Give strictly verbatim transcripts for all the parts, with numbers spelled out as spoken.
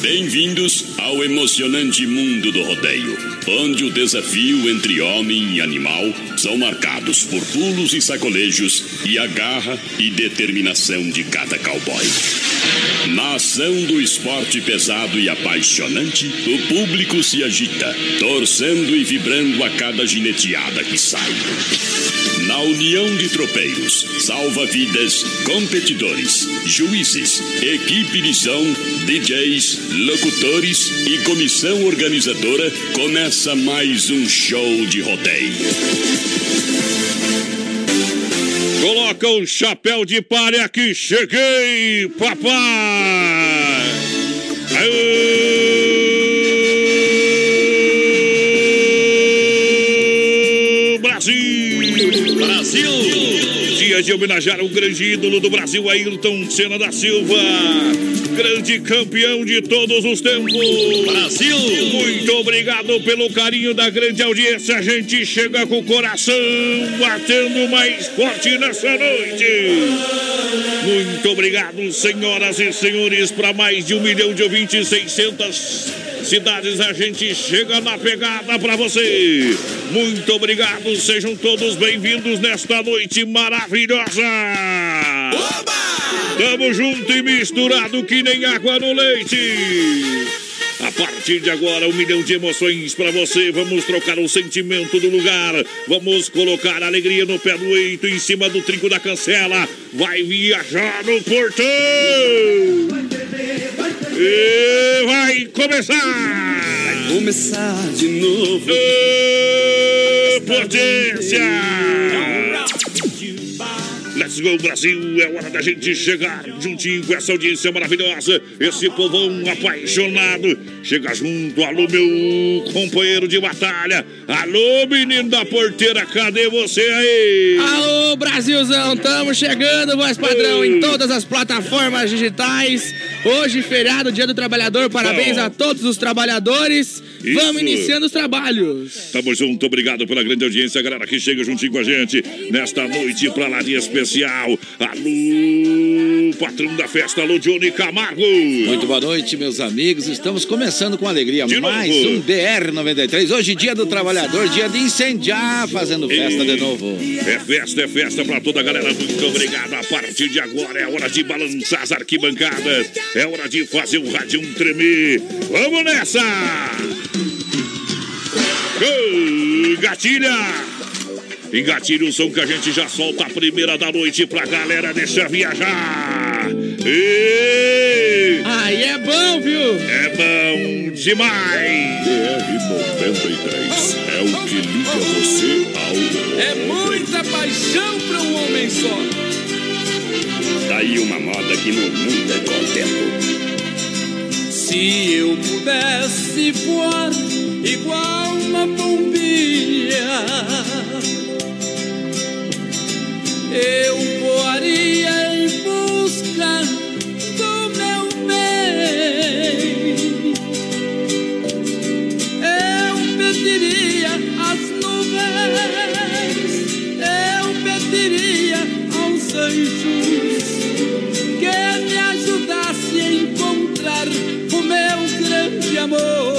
Bem-vindos ao emocionante mundo do rodeio, onde o desafio entre homem e animal são marcados por pulos e sacolejos e a garra e determinação de cada cowboy. Na ação do esporte pesado e apaixonante, o público se agita, torcendo e vibrando a cada gineteada que sai. Na união de tropeiros, salva-vidas, competidores, juízes, equipe de som, D Js, locutores e comissão organizadora, começa mais um show de rodeio. Coloca o chapéu de palha que cheguei, papai! Aê, Brasil! Brasil! Dia de homenagear um grande ídolo do Brasil, Ayrton Senna da Silva. Grande campeão de todos os tempos. Brasil! Muito obrigado pelo carinho da grande audiência. A gente chega com o coração batendo mais forte nessa noite. Muito obrigado, senhoras e senhores, para mais de um milhão de ouvintes, seiscentas cidades. A gente chega na pegada para você. Muito obrigado, sejam todos bem-vindos nesta noite maravilhosa. Oba! Tamo junto e misturado que nem água no leite. A partir de agora, um milhão de emoções pra você. Vamos trocar o sentimento do lugar. Vamos colocar a alegria no pé do eito, em cima do trinco da cancela. Vai viajar no portão. E vai começar. Vai começar de novo. E potência. Let's go, Brasil! É hora da gente chegar juntinho com essa audiência maravilhosa, esse povão apaixonado. Chega junto, alô, meu companheiro de batalha. Alô, menino da porteira, cadê você aí? Alô, Brasilzão, tamo chegando, voz padrão, Ei. em todas as plataformas digitais. Hoje, feriado, Dia do Trabalhador, parabéns oh. a todos os trabalhadores. Isso. Vamos iniciando os trabalhos. Tamo junto, obrigado pela grande audiência, galera que chega juntinho com a gente nesta noite pra lá de especial. Alô, patrão da festa, alô, Johnny Camargo. Muito boa noite, meus amigos. Estamos começando com alegria de mais novo. um B R noventa e três. Hoje, Dia do Trabalhador, dia de incendiar, fazendo festa e... de novo. É festa, é festa pra toda a galera. Muito obrigado. A partir de agora é hora de balançar as arquibancadas. É hora de fazer o radião tremer. Vamos nessa! Gol, gatilha! Engatilha o som que a gente já solta a primeira da noite pra galera deixar viajar. E... Aí é bom, viu? É bom demais. B R noventa e três é o que liga você ao... É muita paixão pra um homem só. Daí uma moda que não muda com o tempo. Se eu pudesse voar igual uma pombinha, eu voaria em busca do meu bem. Eu pediria às nuvens, eu pediria aos anjos que me ajudasse a encontrar o meu grande amor.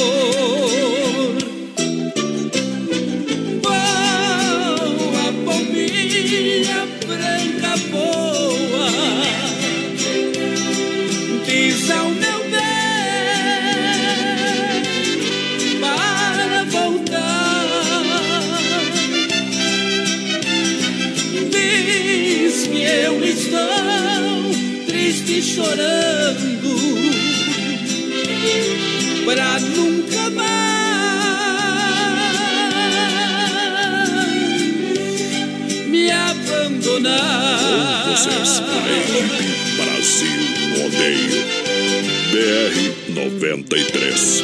Chorando pra nunca mais me abandonar. Com vocês, a equipe Brasil Rodeio B R noventa e três.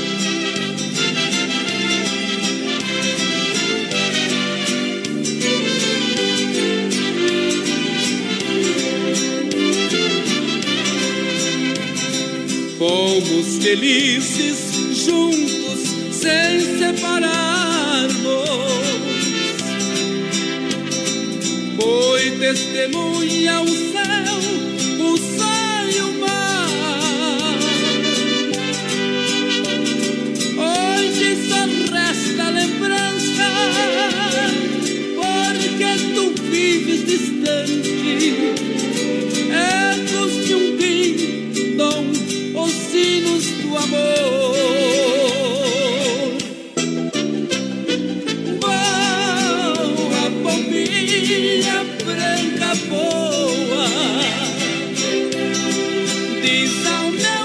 Fomos felizes juntos sem separarmos. Foi testemunha o céu, o sol e o mar. amor. Voa, pombinha branca voa, diz ao meu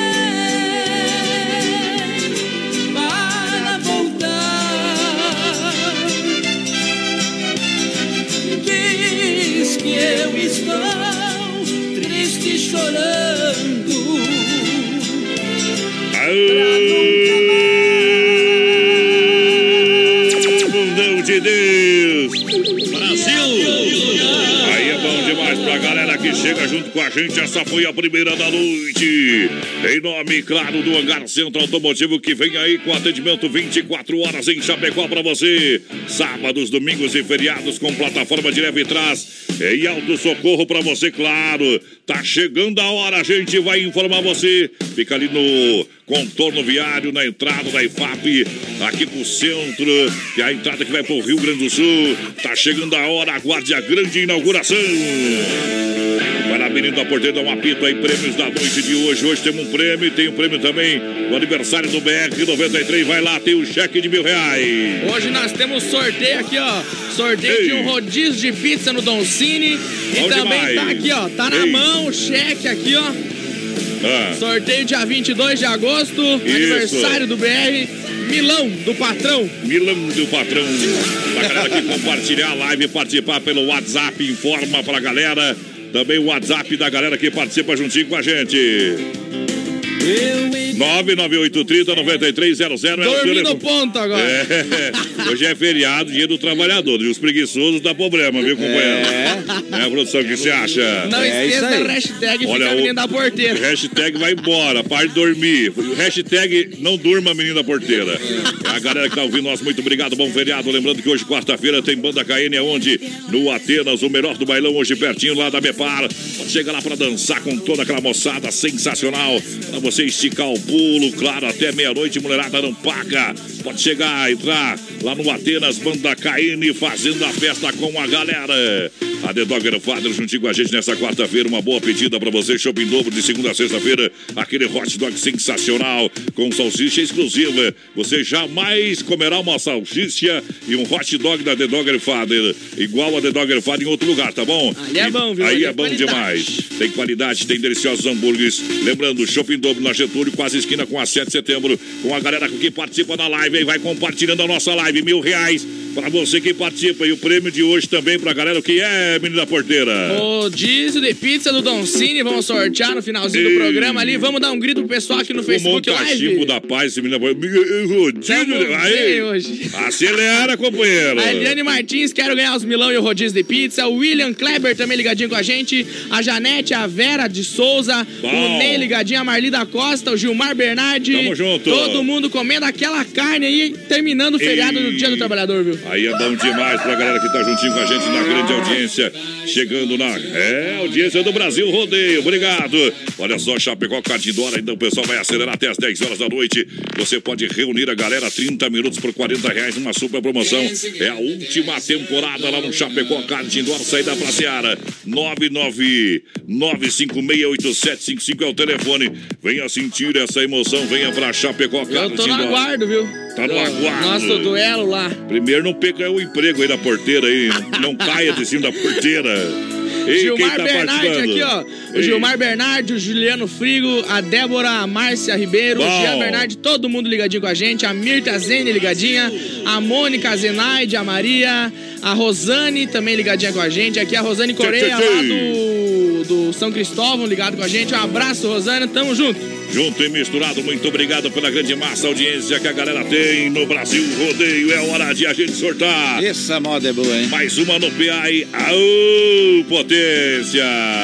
bem para voltar. Diz que eu estou triste chorando. Bundão de Deus, Brasil! Aí é bom demais pra galera que chega junto com a gente. Essa foi a primeira da noite. Em nome, claro, do Hangar Centro Automotivo, que vem aí com atendimento vinte e quatro horas em Chapecó pra você. Sábados, domingos e feriados com plataforma de leve e trás. Em Alto Socorro pra você, claro. Tá chegando a hora, a gente vai informar você. Fica ali no contorno viário, na entrada da I F A P, aqui pro centro, e a entrada que vai pro Rio Grande do Sul. Tá chegando a hora, aguarde a grande inauguração. Vai lá, menino da porteira, dá um apito aí, prêmios da noite de hoje. Hoje temos um prêmio, tem um prêmio também no aniversário do B R noventa e três. Vai lá, tem um cheque de mil reais. Hoje nós temos sorteio aqui, ó. Sorteio Ei. de um rodízio de pizza no Don Cine. E Bom também demais. tá aqui, ó. Tá na Ei. mão o cheque aqui, ó. Ah. Sorteio dia vinte e dois de agosto. Isso. Aniversário do B R. Milão do patrão. Milão do patrão. Pra galera que compartilhar a live e participar pelo WhatsApp, informa pra galera. Também o WhatsApp da galera que participa juntinho com a gente. nove nove oito três zero nove três zero zero. Dormi no ponto agora. É. Hoje é feriado, dia do trabalhador. E os preguiçosos dá problema, viu, companheiro? É, é produção, o que você acha? Não É esqueça isso aí. da hashtag Olha, fica a menina da porteira. Hashtag vai embora, pare de dormir. Hashtag não durma, menina da porteira. É a galera que tá ouvindo nós, muito obrigado, bom feriado. Lembrando que hoje, quarta-feira, tem Banda K N, aonde? No Atenas, o melhor do bailão, hoje pertinho lá da Bepar. Pode chegar lá pra dançar com toda aquela moçada sensacional. Pra você esticar o pulo, claro, até meia-noite, mulherada não paga. Pode chegar, entrar lá no Atenas, Banda K N, fazendo a festa com a galera. A The Dogger Father juntinho com a gente nessa quarta-feira. Uma boa pedida pra você, shopping dobro de segunda a sexta-feira. Aquele hot dog sensacional com salsicha exclusiva. Você jamais comerá uma salsicha e um hot dog da The Dogger Father igual a The Dogger Father em outro lugar, tá bom? Ali é bom, viu? Aí Ali é é bom qualidade. demais. Tem qualidade, tem deliciosos hambúrgueres. Lembrando, shopping dobro na Getúlio, quase esquina com a sete de setembro. Com a galera que participa da live aí, vai compartilhando a nossa live. Mil reais pra você que participa. E o prêmio de hoje também pra galera que é, menina porteira. Rodízio de pizza do Don Cine. Vamos sortear no finalzinho Ei. do programa ali. Vamos dar um grito pro pessoal aqui no Facebook o Live. cachimbo da paz, esse menina porteira. Rodízio. Tamo Aí, bem hoje. acelera, companheiro. A Eliane Martins, quero ganhar os milão e o rodízio de pizza. O William Kleber também ligadinho com a gente. A Janete, a Vera de Souza. Bom. O Ney ligadinho, a Marli da Costa. O Gilmar Bernardi. Tamo junto. Todo mundo comendo aquela carne aí, terminando o feriado do Dia do Trabalhador, viu? Aí é bom demais pra galera que tá juntinho com a gente na grande audiência. Chegando na é, audiência do Brasil Rodeio. Obrigado. Olha só, Chapecó, Cardidora. Então o pessoal vai acelerar até as dez horas da noite. Você pode reunir a galera trinta minutos por quarenta reais numa super promoção. É a última temporada lá no Chapecó, Cardidora, saída pra Seara. nove nove nove cinco seis oito sete cinco cinco é o telefone. Venha sentir essa emoção. Venha pra Chapecó, Eu tô no Cardidora. aguardo, viu? Tá no aguardo. Nosso duelo lá. Primeiro não perca o emprego aí da porteira aí. Não caia de cima da porteira. Ei, Gilmar quem tá Bernardi participando? aqui, ó. O Ei. Gilmar Bernardi, o Juliano Frigo, a Débora, a Márcia Ribeiro, Bom. o Jean Bernardi, todo mundo ligadinho com a gente. A Mirta Zene ligadinha, a Mônica Zenaide, a Maria, a Rosane também ligadinha com a gente. Aqui a Rosane Correia, tchê, tchê. lá do, do São Cristóvão, ligado com a gente. Um abraço, Rosane, tamo junto. Junto e misturado, muito obrigado pela grande massa audiência que a galera tem no Brasil Rodeio. É hora de a gente sortar. Essa moda é boa, hein? Mais uma no P A I. Aô, potência!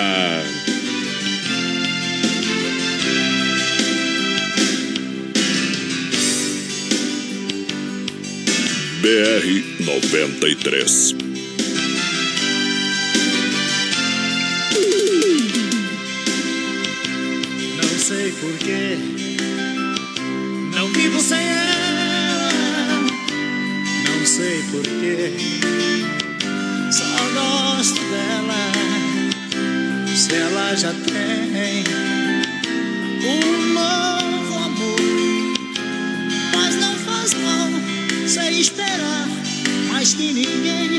B R noventa e três. Não sei porquê, não vivo sem ela. Não sei porquê, só gosto dela. Se ela já tem um novo amor, mais que ninguém.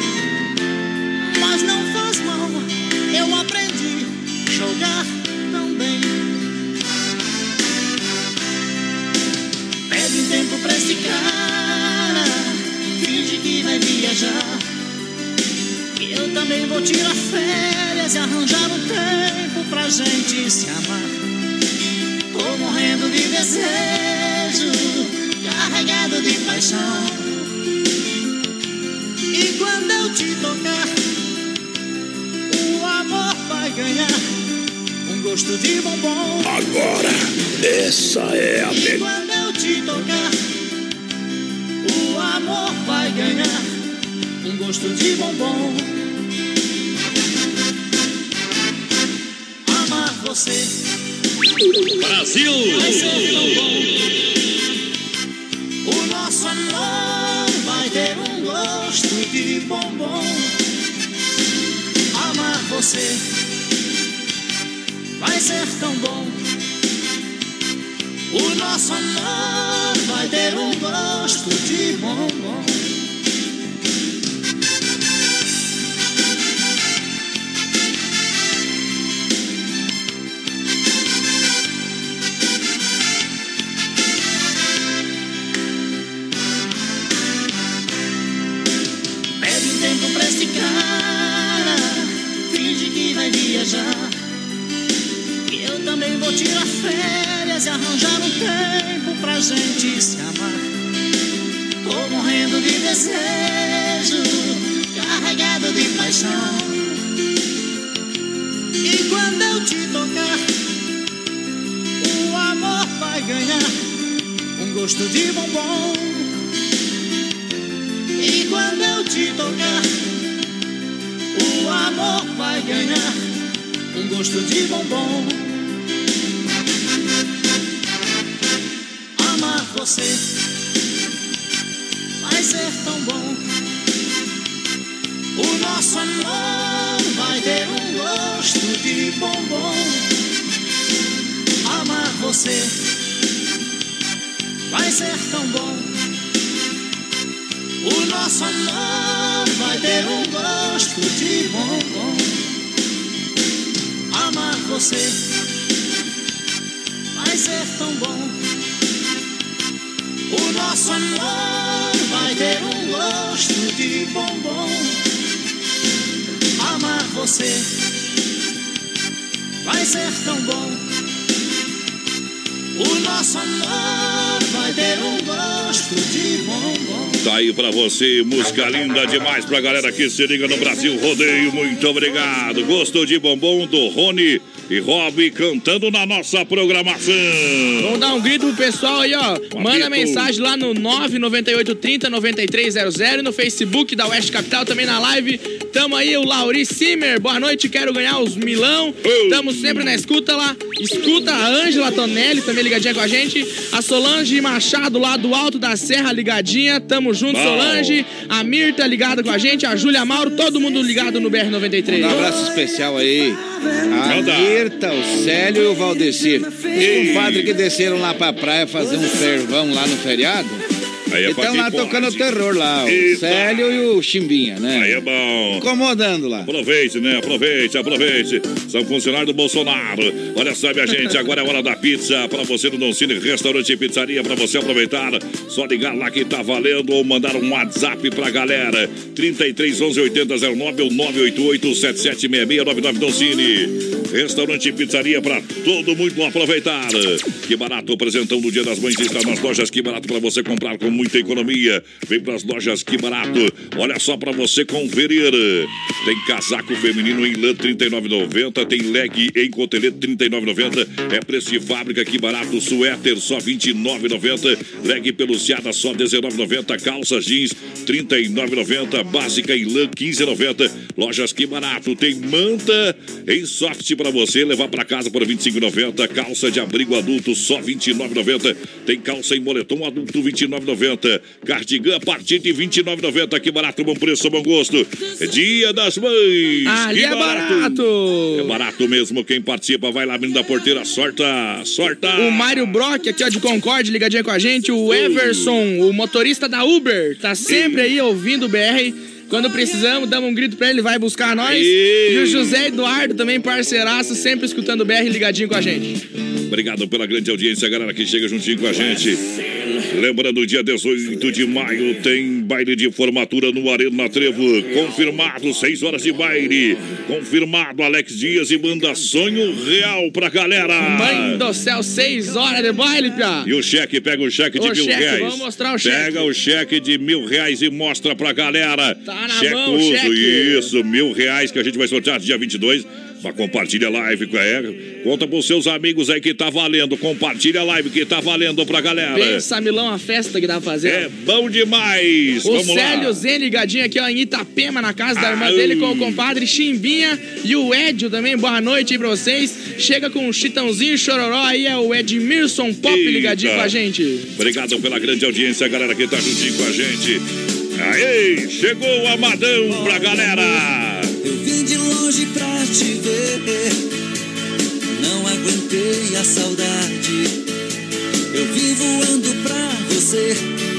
Mas não faz mal, eu aprendi a jogar tão bem. Pede um tempo pra esse cara, finge que vai viajar. Eu também vou tirar férias e arranjar um tempo pra gente se amar. Tô morrendo de desejo, carregado de paixão. E quando eu te tocar, o amor vai ganhar um gosto de bombom. Agora, essa é a E quando eu te tocar, o amor vai ganhar um gosto de bombom. Amar você, Brasil! vai ser tão bom. O nosso amor vai ter um gosto de bombom. Amar você vai ser tão bom. O nosso amor vai ter um gosto de bombom. Pra esse cara, finge que vai viajar. Eu também vou tirar férias e arranjar um tempo pra gente se amar. Tô morrendo de desejo, carregado de paixão. E quando eu te tocar, o amor vai ganhar um gosto de bombom. E quando eu te tocar, o amor vai ganhar um gosto de bombom. Amar você vai ser tão bom. O nosso amor vai ter um gosto de bombom. Amar você vai ser tão bom. O nosso amor vai ter um gosto de bombom. Amar você vai ser tão bom. O nosso amor vai ter um gosto de bombom. Amar você vai ser tão bom. O nosso amor vai ter um gosto de bombom. Tá aí pra você, música linda demais pra galera que se liga no Brasil Rodeio. Muito obrigado. Gostou de bombom do Rony e Rob cantando na nossa programação. Vamos dar um grito pro pessoal aí, ó. Um Manda grito. mensagem lá no nove nove oito trinta, noventa e três zero zero, no Facebook da Oeste Capital, também na live. Tamo aí, o Lauri Simmer. Boa noite, quero ganhar os milão. Tamo sempre na escuta lá. Escuta a Ângela Tonelli, também ligadinha com a gente. A Solange Machado lá do Alto da Serra, ligadinha. Tamo junto, Bom. Solange. A Mirta ligada com a gente. A Júlia Mauro, todo mundo ligado no B R noventa e três. Um abraço especial aí. A Manda. Mirta, o Célio e o Valdecir. Os compadres que desceram lá pra praia fazer um fervão lá no feriado. Aí é pra Estão quem lá pode. tocando terror lá, o Eita. Célio e o Chimbinha, né? Aí é bom. Incomodando lá. Aproveite, né? Aproveite, aproveite. São funcionários do Bolsonaro. Olha só, minha gente, agora é hora da pizza. Pra você no Don Cine Restaurante e Pizzaria, pra você aproveitar. Só ligar lá que tá valendo ou mandar um WhatsApp pra galera. trinta e três, onze, oitenta, zero nove ou nove oito oito, sete sete seis seis, nove nove Don Cine. Restaurante e Pizzaria pra todo mundo aproveitar. Que barato, o presentão do Dia das Mães está nas lojas Que Barato pra você comprar com muita economia. Vem pras lojas Que Barato. Olha só pra você conferir. Tem casaco feminino em lã trinta e nove reais e noventa centavos. Tem leg em cotelete trinta e nove reais e noventa centavos. É preço de fábrica Que Barato. Suéter só vinte e nove reais e noventa centavos. Leg peluciada só dezenove reais e noventa centavos. Calça jeans trinta e nove reais e noventa centavos. Básica em lã quinze reais e noventa centavos. Lojas Que Barato. Tem manta em soft pra você levar pra casa por vinte e cinco reais e noventa centavos. Calça de abrigo adulto só vinte e nove reais e noventa centavos. Tem calça em moletom adulto vinte e nove reais e noventa centavos. Cardigan a partir de vinte e nove reais e noventa centavos. Que barato, bom preço, bom gosto. É Dia das Mães. Ali que é barato. É barato mesmo. Quem participa vai lá, menino da porteira. Sorta, sorta. O Mário Brock, aqui ó, de Concorde, ligadinho com a gente. O Everson, o motorista da Uber, tá sempre aí ouvindo o B R. Quando precisamos, damos um grito pra ele, vai buscar nós. E, e o José Eduardo também, parceiraço, sempre escutando o B R ligadinho com a gente. Obrigado pela grande audiência, galera que chega juntinho com a gente. Lembrando, dia dezoito de maio tem baile de formatura no Arena Trevo. Confirmado, seis horas de baile. Confirmado, Alex Dias e banda Sonho Real pra galera. Mãe do céu, seis horas de baile, piá. E o cheque, pega o cheque de o mil cheque, reais. Vamos mostrar o cheque. Pega o cheque de mil reais e mostra pra galera. Tá na Checoso, mão, cheque. Isso, mil reais que a gente vai sortear dia vinte e dois. Mas compartilha a live, é, conta pros seus amigos aí que tá valendo. Compartilha a live que tá valendo pra galera. Pensa, Milão, a festa que dá pra fazer. É bom demais. O Vamos Célio lá. Zen ligadinho aqui ó, em Itapema, na casa da Ah, irmã dele, com o compadre Chimbinha e o Edio também. Boa noite aí pra vocês. Chega com um Chitãozinho Chororó aí, é o Edmilson Pop Eita. ligadinho com a gente. Obrigado pela grande audiência, galera que tá juntinho com a gente. Aí, chegou o Amadão pra galera. Eu vim de longe pra te ver, não aguentei a saudade. Eu vim voando pra você,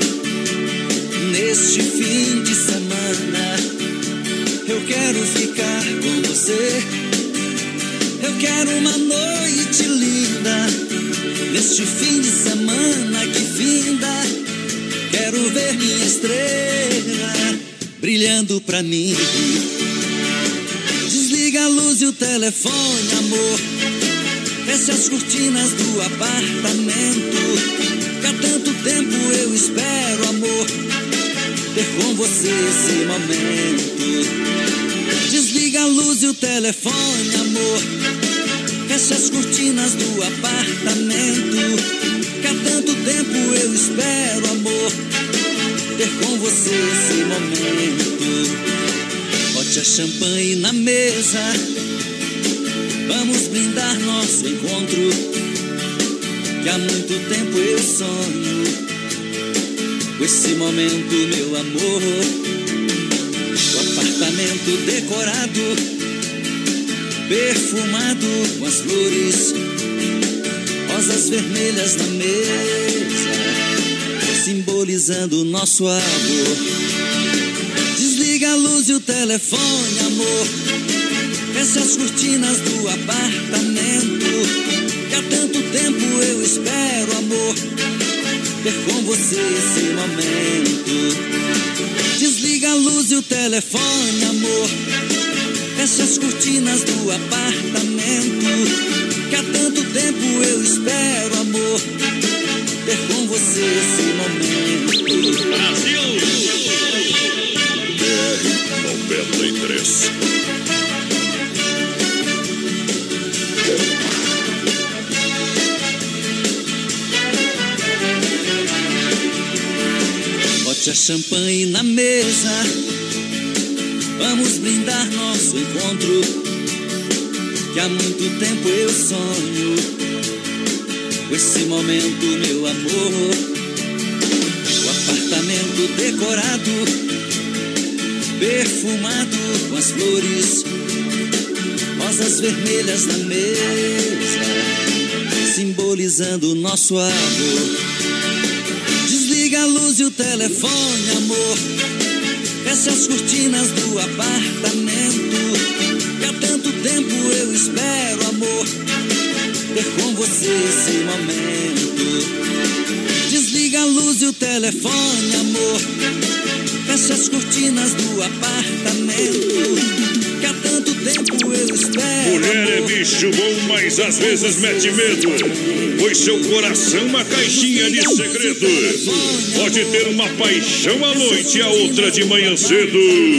neste fim de semana. Eu quero ficar com você, eu quero uma noite linda, neste fim de semana que finda. Quero ver minha estrela brilhando pra mim. Desliga a luz e o telefone, amor. Fecha as cortinas do apartamento. Que há tanto tempo eu espero, amor, ter com você esse momento. Desliga a luz e o telefone, amor. Fecha as cortinas do apartamento. Que há tanto tempo eu espero, amor, ter com você esse momento. Bote a champanhe na mesa, vamos brindar nosso encontro. Que há muito tempo eu sonho com esse momento, meu amor. O apartamento decorado, perfumado com as flores, rosas vermelhas na mesa, simbolizando nosso amor. Desliga a luz e o telefone, amor. Fecha as cortinas do apartamento. Que há tanto tempo eu espero, amor, ter com você esse momento. Desliga a luz e o telefone, amor. Fecha as cortinas do apartamento. Que há tanto tempo eu espero, amor, ter com você esse momento. Brasil! B R noventa e três. Bote a champanhe na mesa, vamos brindar nosso encontro. Que há muito tempo eu sonho com esse momento, meu amor. O apartamento decorado, perfumado com as flores, rosas vermelhas na mesa, simbolizando nosso amor. Desliga a luz e o telefone, amor. Fecha as cortinas do apartamento. Que há tanto tempo eu espero, amor, ter com você esse momento. Desliga a luz e o telefone, amor. Fecha as cortinas do apartamento. Que há tanto tempo eu espero. Mulher é bicho bom, mas às vezes mete medo, pois seu coração é uma caixinha de segredo. Pode ter uma paixão à noite e a outra de manhã cedo.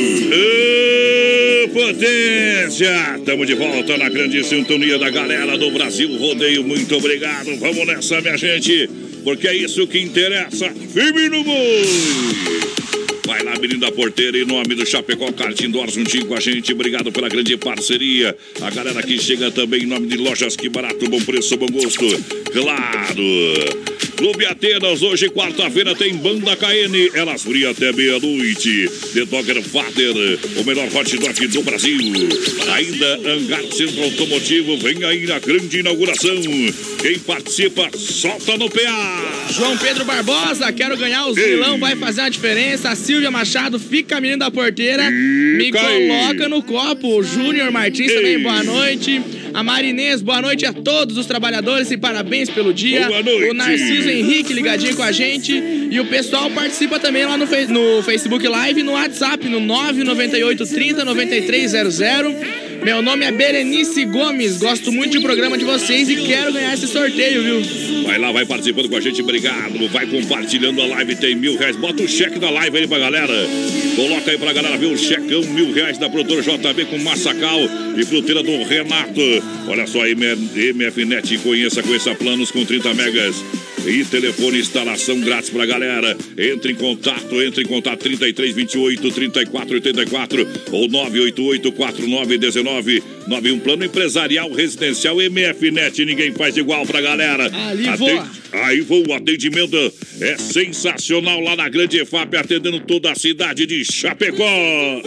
Ô, potência! Estamos de volta na grande sintonia da galera do Brasil Rodeio. Muito obrigado. Vamos nessa, minha gente, porque é isso que interessa. Firme no boi! Vai lá, menino da porteira, em nome do Chapecó Kart Indoor, juntinho com a gente. Obrigado pela grande parceria. A galera que chega também em nome de Lojas Que Barato, bom preço, bom gosto. Claro. Clube Atenas, hoje quarta-feira tem Banda K N. Elas friam até meia-noite. The Dogger Father, o melhor hot dog do Brasil. Ainda Hangar Centro Automotivo, vem aí na grande inauguração. Quem participa, solta no P A. João Pedro Barbosa, quero ganhar os vilão, vai fazer a diferença. A Silvia Machado, fica a menina da porteira, e me cai. Coloca no copo. O Júnior Martins Ei. também, boa noite. A Marinês, boa noite a todos os trabalhadores e parabéns pelo dia. Boa noite. O Narciso Henrique ligadinho com a gente. E o pessoal participa também lá no, no Facebook Live e no WhatsApp, no nove nove oito trinta, noventa e três zero zero. Meu nome é Berenice Gomes, gosto muito do programa de vocês e quero ganhar esse sorteio, viu? Vai lá, vai participando com a gente, obrigado. Vai compartilhando a live, tem mil reais. Bota o cheque da live aí pra galera. Coloca aí pra galera ver o checão, mil reais da produtora J B com Massacal e fruteira do Renato. Olha só, M F Net, conheça, conheça planos com trinta megas. E telefone, instalação grátis pra galera. Entre em contato, entre em contato trinta e três, vinte e oito, trinta e quatro, oitenta e quatro ou nove oito oito, quatro nove um nove nove um. Plano empresarial residencial M F Net, ninguém faz igual pra galera. Ali Atende... Aí vou, o atendimento é sensacional lá na Grande E F A P, atendendo toda a cidade de Chapecó.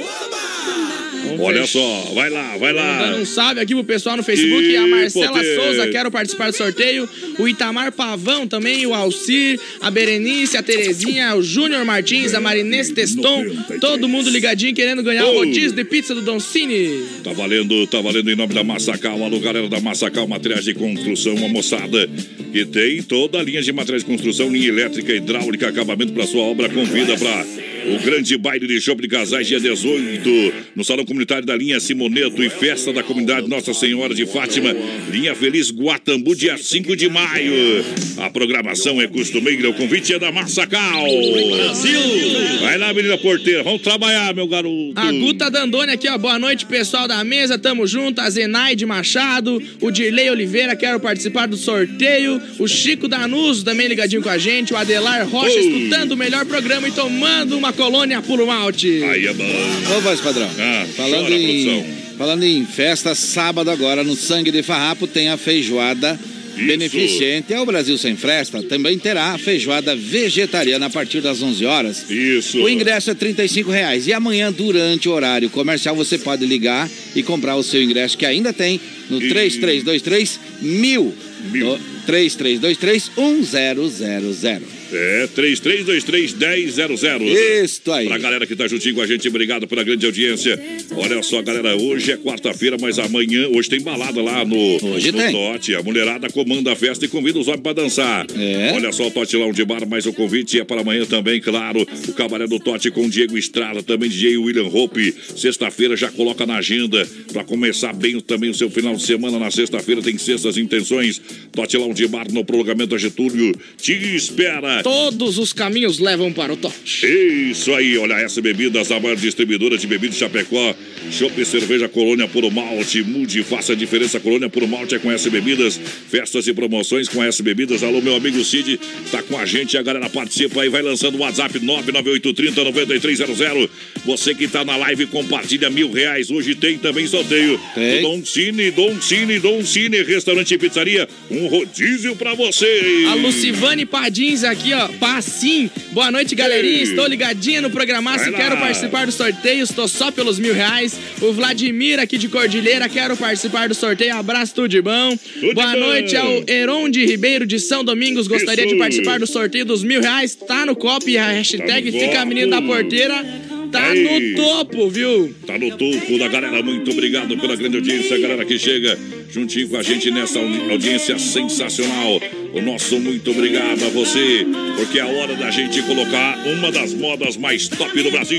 Olha fech... só, vai lá, vai lá. Não sabe aqui pro pessoal no Facebook, e a Marcela poder. Souza, quero participar do sorteio. O Itamar Pavão também, o Alcir, a Berenice, a Terezinha, o Júnior Martins, a Marinês Teston, todo mundo ligadinho querendo ganhar oh. o rodízio de pizza do Don Cine. Tá valendo, tá valendo em nome da Massacal. Alô, galera da Massacal, materiais de construção, uma moçada que tem toda a linha de materiais de construção, linha elétrica, hidráulica, acabamento para sua obra. Convida para o grande baile de show de casais, dia dezoito, no Salão Comunitário da linha Simoneto e festa da comunidade Nossa Senhora de Fátima, linha Feliz Guatambu, dia cinco de maio. A programação é costumeira, o convite é da Massacal. Brasil! Vai lá, menina porteira, vamos trabalhar, meu garoto. A Guta Dandoni aqui, ó, boa noite, pessoal da mesa, tamo junto. A Zenaide Machado, o Dirley Oliveira, quero participar do sorteio. O Chico Danuso também ligadinho com a gente. O Adelar Rocha, oh. escutando o melhor programa e tomando uma colônia puro malte. Aí é bom. Ô, voz padrão. Ah, falando, chora, em, falando em festa, sábado agora, no Sangue de Farrapo, tem a feijoada Isso. beneficente ao Brasil Sem Fresta. Também terá a feijoada vegetariana a partir das onze horas. Isso. O ingresso é trinta e cinco reais. E amanhã, durante o horário comercial, você pode ligar e comprar o seu ingresso, que ainda tem no e... três três dois três mil. Mil. três três dois três um zero zero zero. É, três três dois três, um zero zero zero. Isso aí. Pra galera que tá juntinho com a gente, obrigado pela grande audiência. Olha só, galera, hoje é quarta-feira, mas amanhã, hoje tem balada lá no, hoje no tem. Tote. A mulherada comanda a festa e convida os homens pra dançar. É. Olha só, o Tote Lounge Bar, mas o convite é para amanhã também, claro. O cabaré do Tote com Diego Estrada, também D J William Hope. Sexta-feira já coloca na agenda pra começar bem também o seu final de semana. Na sexta-feira tem sextas intenções. Tote Lounge Bar no prolongamento da Getúlio te espera. Todos os caminhos levam para o Tote. Isso aí, olha, essa bebidas, a maior distribuidora de bebidas de Chapecó. Chopp e cerveja Colônia Puro Malte. Mude, faça a diferença. Colônia Puro Malte é com S Bebidas. Festas e promoções com S Bebidas. Alô, meu amigo Cid, tá com a gente. A galera participa aí, vai lançando o WhatsApp nove nove oito trinta, noventa e três zero zero. Você que tá na live, compartilha mil reais. Hoje tem também sorteio. Tem. Don Cine, Don Cine, Don Cine, restaurante e pizzaria. Um rodízio pra você. A Lucivane Padins aqui, ó. Passim. Boa noite, galerinha. Ei. Estou ligadinha no programaço. Quero participar do sorteio. Estou só pelos mil reais. O Vladimir aqui de Cordilheira, quero participar do sorteio. Abraço, tudo de bom. Tudo Boa bom. noite ao Heron de Ribeiro de São Domingos. Gostaria Isso. de participar do sorteio dos mil reais. Tá no copo e a hashtag tá Fica a Menina da Porteira. Tá Aí. no topo, viu? Tá no topo da galera. Muito obrigado pela grande audiência. A galera que chega juntinho com a gente nessa audiência sensacional. O nosso muito obrigado a você, porque é a hora da gente colocar uma das modas mais top do Brasil.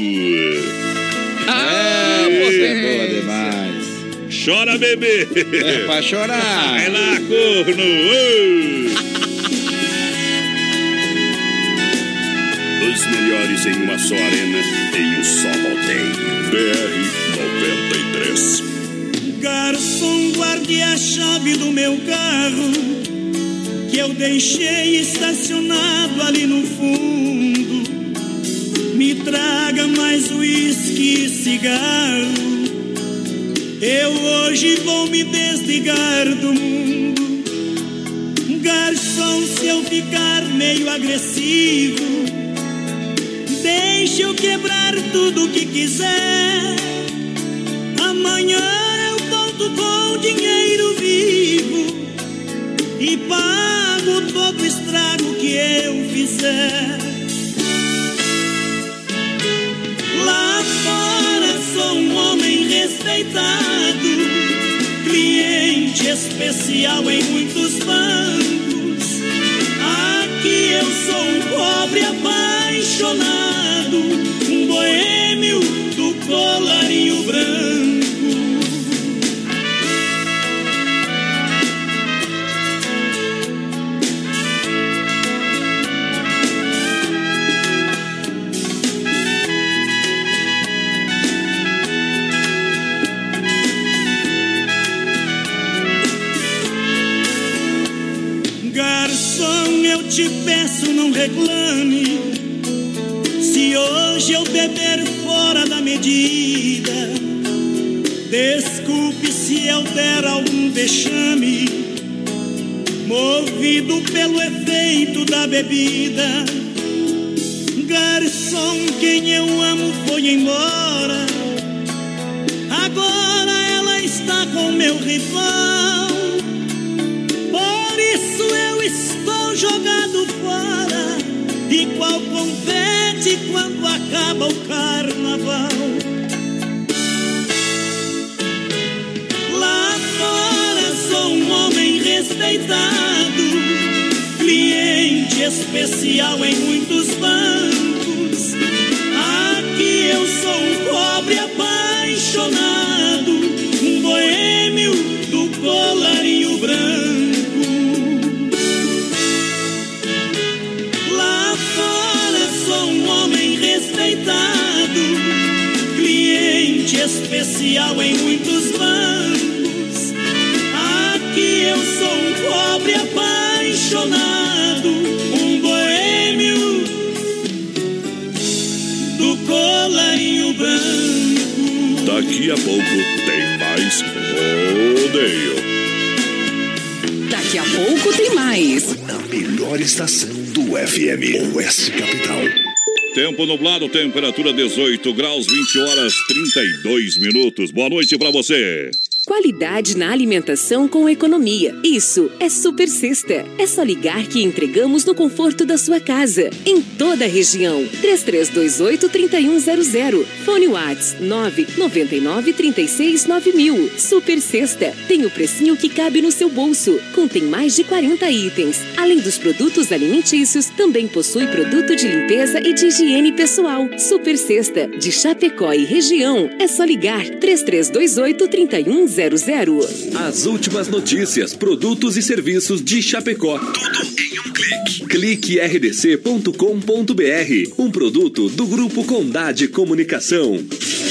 Ah, é, você é boa demais. Chora, bebê. É pra chorar. Vai lá, corno. Os melhores em uma só arena, em um só rodeio. B R noventa e três. Garçom, guarde a chave do meu carro, que eu deixei estacionado ali no fundo. me traga mais uísque e cigarro. Eu hoje vou me desligar do mundo. Garçom, se eu ficar meio agressivo, deixa eu quebrar tudo que quiser. Amanhã eu volto com dinheiro vivo e pago todo o estrago que eu fizer. Lá fora sou um homem respeitado, cliente especial em muitos bancos. Aqui eu sou um pobre apaixonado, um boêmio do colarinho branco. Garçom, eu te peço, não reclame se hoje eu beber fora da medida. Desculpe se eu der algum vexame, movido pelo efeito da bebida. Garçom, quem eu amo foi embora, agora ela está com meu rival. Por isso eu estou jogado fora, igual confete quando acaba o carnaval. Lá fora sou um homem respeitado, cliente especial em muitos bancos. Aqui eu sou um pobre apaixonado, um boêmio do colarinho branco. Respeitado, cliente especial em muitos bancos. Aqui eu sou um pobre apaixonado, um boêmio do colarinho branco. Daqui a pouco tem mais rodeio. Daqui a pouco tem mais. Na melhor estação do F M, Oeste Capital. Tempo nublado, temperatura dezoito graus, vinte horas, trinta e dois minutos. Boa noite pra você. Qualidade na alimentação com economia. Isso é Super Sexta. É só ligar que entregamos no conforto da sua casa, em toda a região. três três dois oito, três um zero zero. Fone WhatsApp nove nove nove, três seis nove mil. Super Sexta tem o precinho que cabe no seu bolso. Contém mais de quarenta itens. Além dos produtos alimentícios, também possui produto de limpeza e de higiene pessoal. Super Sexta, de Chapecó e região. É só ligar três três dois oito, três um zero zero. As últimas notícias, produtos e serviços de Chapecó. Tudo em um clique. clique r d c ponto com ponto b r. Um produto do Grupo Condade Comunicação.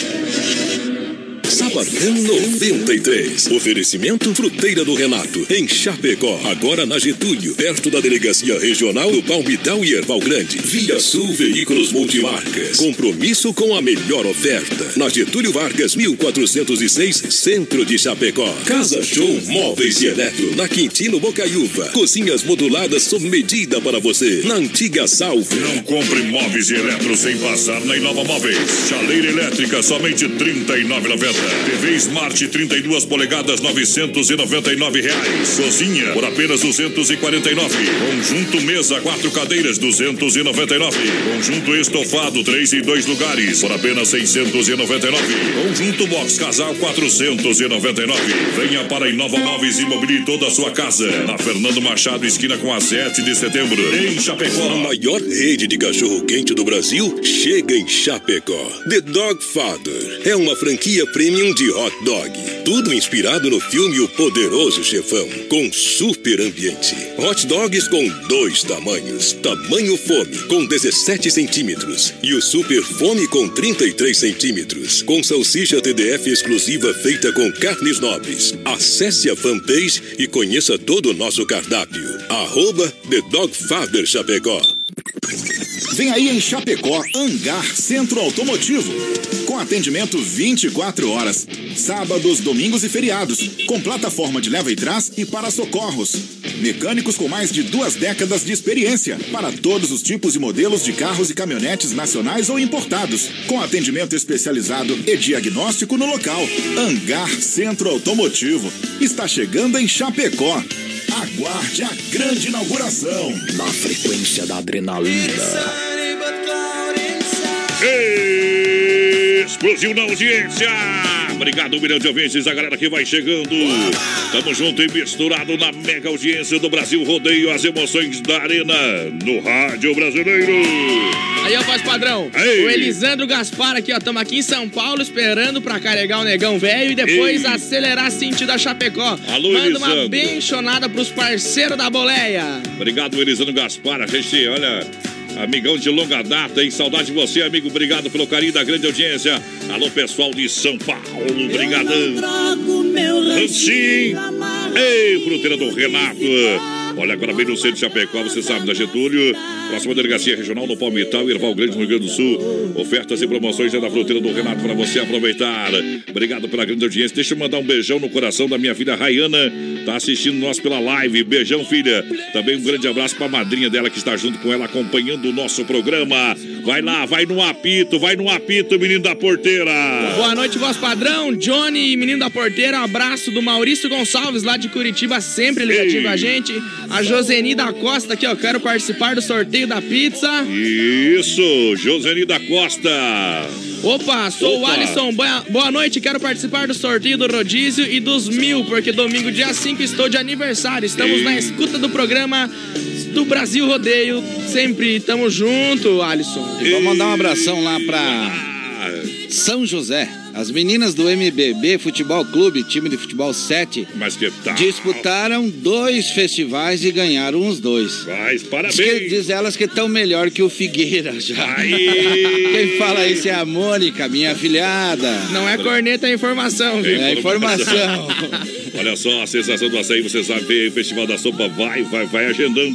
Sabadão noventa e três. Oferecimento Fruteira do Renato, em Chapecó. Agora na Getúlio, perto da Delegacia Regional do Palmital e Erval Grande. Via Sul Veículos Multimarcas. Compromisso com a melhor oferta. Na Getúlio Vargas, mil quatrocentos e seis, Centro de Chapecó. Casa Show Móveis e Eletro, na Quintino Bocaiúva. Cozinhas moduladas sob medida para você. Na Antiga Salve. Não compre móveis e eletro sem passar na Inova Móveis. Chaleira elétrica, somente trinta e nove reais e noventa centavos. T V Smart trinta e duas polegadas, novecentos e noventa e nove reais. Cozinha por apenas duzentos e quarenta e nove. Conjunto mesa, quatro cadeiras, duzentos e noventa e nove. Conjunto estofado, três e dois lugares, por apenas seiscentos e noventa e nove. Conjunto box casal, quatrocentos e noventa e nove. Venha para a Inova Móveis e mobilie toda a sua casa. Na Fernando Machado, esquina com a sete de setembro, em Chapecó. A maior rede de cachorro-quente do Brasil chega em Chapecó. The Dog Father é uma franquia premium de hot dog. Tudo inspirado no filme O Poderoso Chefão, com super ambiente. Hot dogs com dois tamanhos. Tamanho Fome, com dezessete centímetros. E o Super Fome, com trinta e três centímetros. Com salsicha T D F exclusiva feita com carnes nobres. Acesse a fanpage e conheça todo o nosso cardápio. Arroba The Dog Father Chapecó. Vem aí em Chapecó, Hangar Centro Automotivo. Com atendimento vinte e quatro horas. Sábados, domingos e feriados. Com plataforma de leva e trás e para socorros. Mecânicos com mais de duas décadas de experiência. Para todos os tipos e modelos de carros e caminhonetes nacionais ou importados. Com atendimento especializado e diagnóstico no local. Hangar Centro Automotivo. Está chegando em Chapecó. Aguarde a grande inauguração. Na frequência da adrenalina. Explosiu na audiência. Obrigado, um milhão de ouvintes, a galera que vai chegando. Tamo junto e misturado na mega audiência do Brasil Rodeio, as emoções da Arena, no Rádio Brasileiro. Aí, ó, voz padrão. Ei. O Elisandro Gaspar aqui, ó. Tamo aqui em São Paulo esperando pra carregar o negão velho e depois Ei. acelerar sentido a Chapecó. Alô, Manda Elisandro. uma benchonada pros parceiros da boleia. Obrigado, Elisandro Gaspar. A gente, olha... Amigão de longa data, hein? Saudade de você, amigo. Obrigado pelo carinho da grande audiência. Alô, pessoal de São Paulo. Obrigadão. Ranchinho. Ei, fruteira do Renato. Olha, agora bem no centro de Chapecó, você sabe, da Getúlio. Próxima delegacia regional no Palmital, Erval Grande, no Rio Grande do Sul. Ofertas e promoções é da fruteira do Renato para você aproveitar. Obrigado pela grande audiência. Deixa eu mandar um beijão no coração da minha filha Rayana. Tá assistindo nós pela live. Beijão, filha. Também um grande abraço pra madrinha dela que está junto com ela acompanhando o nosso programa. Vai lá, vai no apito, vai no apito, menino da porteira. Boa noite, voz padrão. Johnny, menino da porteira. Um abraço do Maurício Gonçalves, lá de Curitiba, sempre ligadinho Ei. com a gente. A Joseni da Costa aqui, ó. Quero participar do sorteio da pizza. Isso, Joseni da Costa. Opa, sou Opa. o Alisson. Boa, boa noite, quero participar do sorteio do rodízio e dos mil, porque domingo, dia cinco, estou de aniversário. Estamos Ei. na escuta do programa do Brasil Rodeio. Sempre estamos junto, Alisson. E vamos mandar um abração lá pra São José. As meninas do M B B Futebol Clube, time de futebol sete, Mas que tal? disputaram dois festivais e ganharam os dois. Mas, parabéns. Diz, que, diz elas que estão melhor que o Figueira já. Aí. Quem fala isso é a Mônica, minha afilhada. Não é corneta, é informação, viu? É informação. Olha só, a sensação do açaí, você sabe, o Festival da Sopa vai, vai, vai agendando.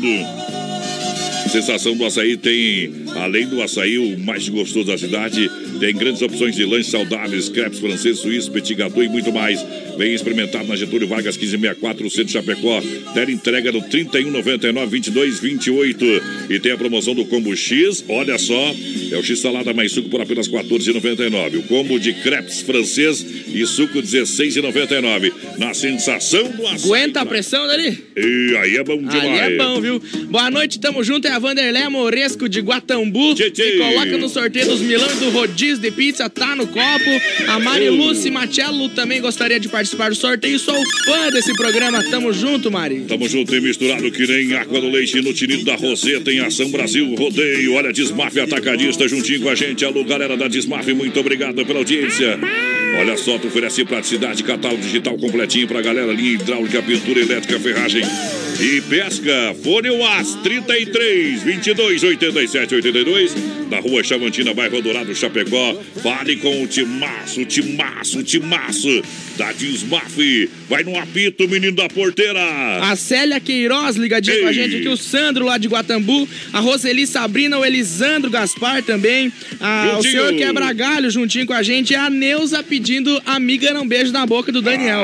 Sensação do Açaí tem, além do açaí, o mais gostoso da cidade, tem grandes opções de lanches saudáveis, crepes franceses, suíços, petit gâteau e muito mais. Vem experimentar na Getúlio Vargas quinze sessenta e quatro, Centro Chapecó. Tela entrega no trinta e um, noventa e nove, vinte e dois, vinte e oito. E tem a promoção do combo X, olha só, é o X salada mais suco por apenas quatorze reais e noventa e nove. O combo de crepes francês e suco dezesseis reais e noventa e nove. Na sensação do açaí. Aguenta a pressão dali? E aí é bom demais. Aí é bom, viu? Boa noite, tamo junto. É a Vanderlé Moresco de Guatambu. Tchê, tchê. Que coloca no sorteio dos milão do rodízio de pizza, tá no copo. A Mari Lúcia Matiello também gostaria de participar do sorteio. Sou fã desse programa. Tamo junto, Mari. Tamo junto e misturado que nem água do leite no tinido da Roseta em Ação Brasil Rodeio. Olha, Desmaf Atacadista juntinho com a gente. Alô, galera da Desmaf, muito obrigado pela audiência. Olha só, tu oferece praticidade, catálogo digital completinho pra galera, linha hidráulica, pintura elétrica, ferragem e pesca. Fone UAS trinta e três, vinte e dois, oitenta e sete, oitenta e dois, da Rua Chavantina, bairro Dourado, Chapecó. Fale com o Timaço, Timaço, Timaço da Desmaf. Vai no apito, menino da porteira. A Célia Queiroz ligadinha Ei. com a gente aqui, o Sandro lá de Guatambu, a Roseli Sabrina, o Elisandro Gaspar também, a, o senhor Quebra Galho juntinho com a gente, e a Neuza pedindo amiga não beijo na boca do Daniel.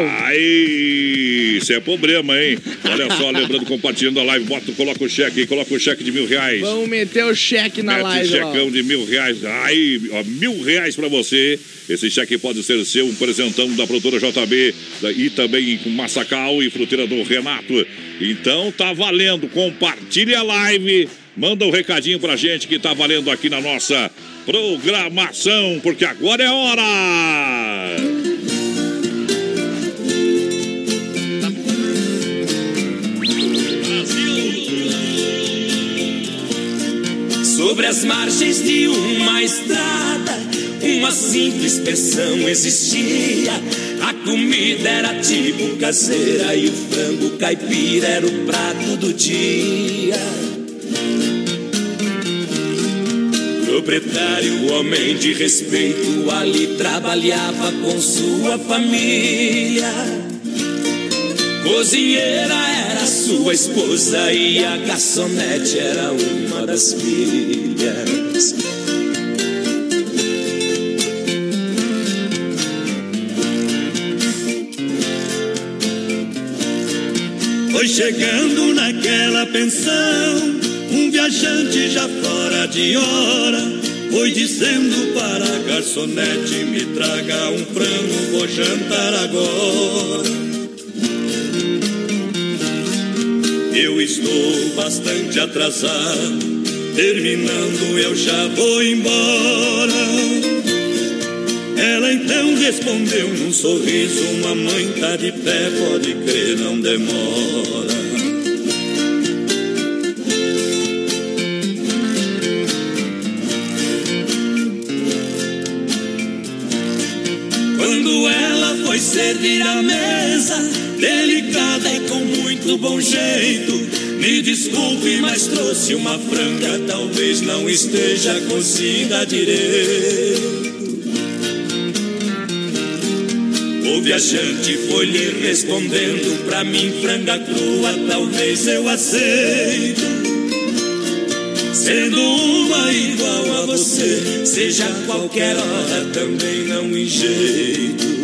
Aí, isso é problema, hein? Olha só, lembrando, compartilhando a live, bota, coloca o cheque aí, coloca o cheque de mil reais. Vamos meter o cheque na Mete live, checão ó. de mil reais. Aí, ó, mil reais pra você. Esse cheque pode ser seu, um presentão da produtora J B e também com Massacal e fruteira do Renato. Então tá valendo. Compartilhe a live. Manda um recadinho pra gente que tá valendo aqui na nossa programação, porque agora é hora! Sobre as margens de uma estrada, uma simples pensão existia. A comida era tipo caseira e o frango caipira era o prato do dia. Proprietário, homem de respeito, ali trabalhava com sua família. Cozinheira era sua esposa e a garçonete era uma das filhas. Foi chegando naquela pensão um viajante já fora de hora. Foi dizendo para a garçonete: me traga um frango, vou jantar agora. Eu estou bastante atrasado, terminando eu já vou embora. Ela então respondeu num sorriso: mamãe tá de pé, pode crer, não demora. Quando ela foi servir a mesa, delicada e com muito bom jeito, me desculpe, mas trouxe uma franga, talvez não esteja cozida direito. O viajante foi lhe respondendo: pra mim franga crua talvez eu aceito. Sendo uma igual a você, seja a qualquer hora também não enjeito.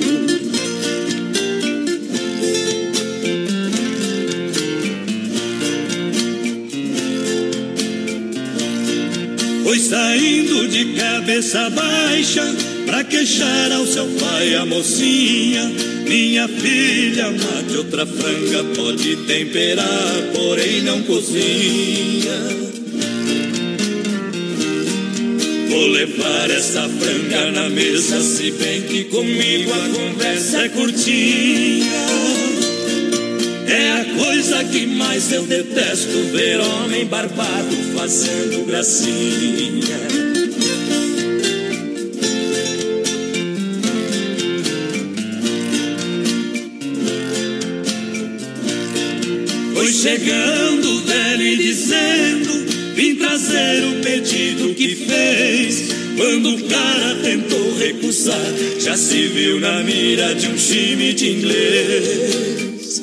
Foi saindo de cabeça baixa pra queixar ao seu pai a mocinha: minha filha, mate outra franga, pode temperar, porém não cozinha. Vou levar essa franga na mesa, se bem que comigo a conversa é curtinha. É a coisa que mais eu detesto, ver homem barbado fazendo gracinha. Foi chegando o velho e dizendo: vim trazer o pedido que fez. Quando o cara tentou recusar, já se viu na mira de um time de inglês.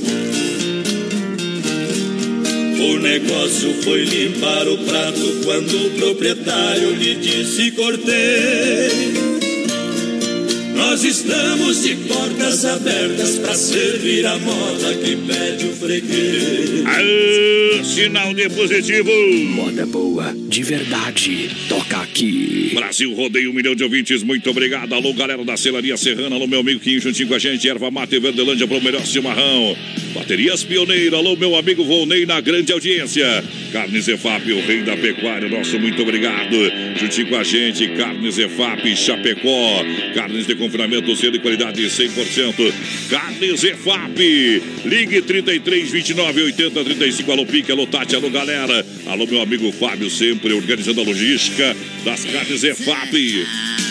O negócio foi limpar o prato quando o proprietário lhe disse: cortei. Nós estamos de portas abertas pra servir a moda que pede o freguês. Aê, sinal de positivo. Moda boa, de verdade. Toca aqui. Brasil rodeia um milhão de ouvintes. Muito obrigado. Alô, galera da Celaria Serrana. Alô, meu amigo Quinho, juntinho com a gente. Erva Mate Verdelândia pro melhor chimarrão. Baterias Pioneiro. Alô, meu amigo Volney na grande audiência. Carnes E F A P, o rei da pecuária. Nosso muito obrigado. Juntinho com a gente. Carnes E F A P, Chapecó. Carnes de confinamento, selo e qualidade cem por cento. Carnes E F A P. Ligue trinta e três, vinte e nove, oitenta, trinta e cinco. Alô, Pique. Alô, Tati. Alô, galera. Alô, meu amigo Fábio, sempre organizando a logística das Carnes E F A P.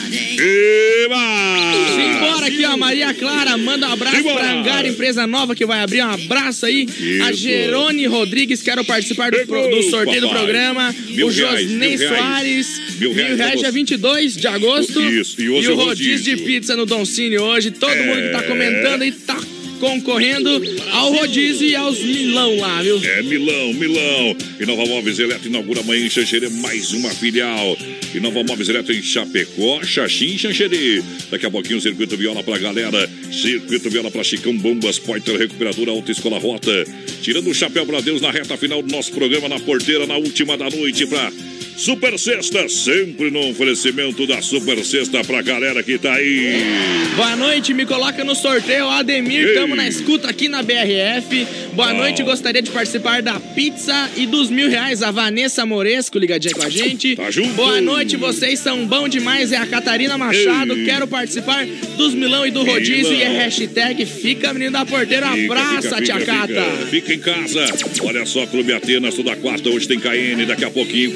Simbora aqui, ó. Maria Clara manda um abraço Simbora. pra Angar, empresa nova que vai abrir. Um abraço aí. Isso. A Gerone Rodrigues, quero participar do, pro, do sorteio papai. do programa. Mil o Josney Soares, mil reais, mil reais dia vinte e dois de agosto. Isso. E, hoje e o rodízio de pizza no Don Cine hoje. Todo é... mundo que tá comentando aí tá concorrendo ao rodízio e aos milão lá, viu? É, milão, milão. E Nova Móveis Eletro inaugura amanhã em Xanxerê mais uma filial. E Nova Móveis Eletro em Chapecó, Xaxim e Xanxerê. Daqui a pouquinho, Circuito Viola pra galera. Circuito Viola pra Chicão, Bombas, Poiter, Recuperadora, Alta Escola Rota. Tirando o chapéu pra Deus na reta final do nosso programa, na porteira, na última da noite pra Super Sexta, sempre no oferecimento da Super Sexta pra galera que tá aí. Boa noite, me coloca no sorteio, Ademir, tamo na escuta aqui na B R F. Boa oh. noite, gostaria de participar da pizza e dos mil reais, a Vanessa Moresco, ligadinha com a gente. Tá junto. Boa noite, vocês são bom demais, é a Catarina Machado, Ei. quero participar dos milão e do rodízio Milão. E é hashtag fica menino da porteira, abraça, tia Cata. Fica, fica em casa, olha só, Clube Atenas, toda quarta, hoje tem K N, daqui a pouquinho K N,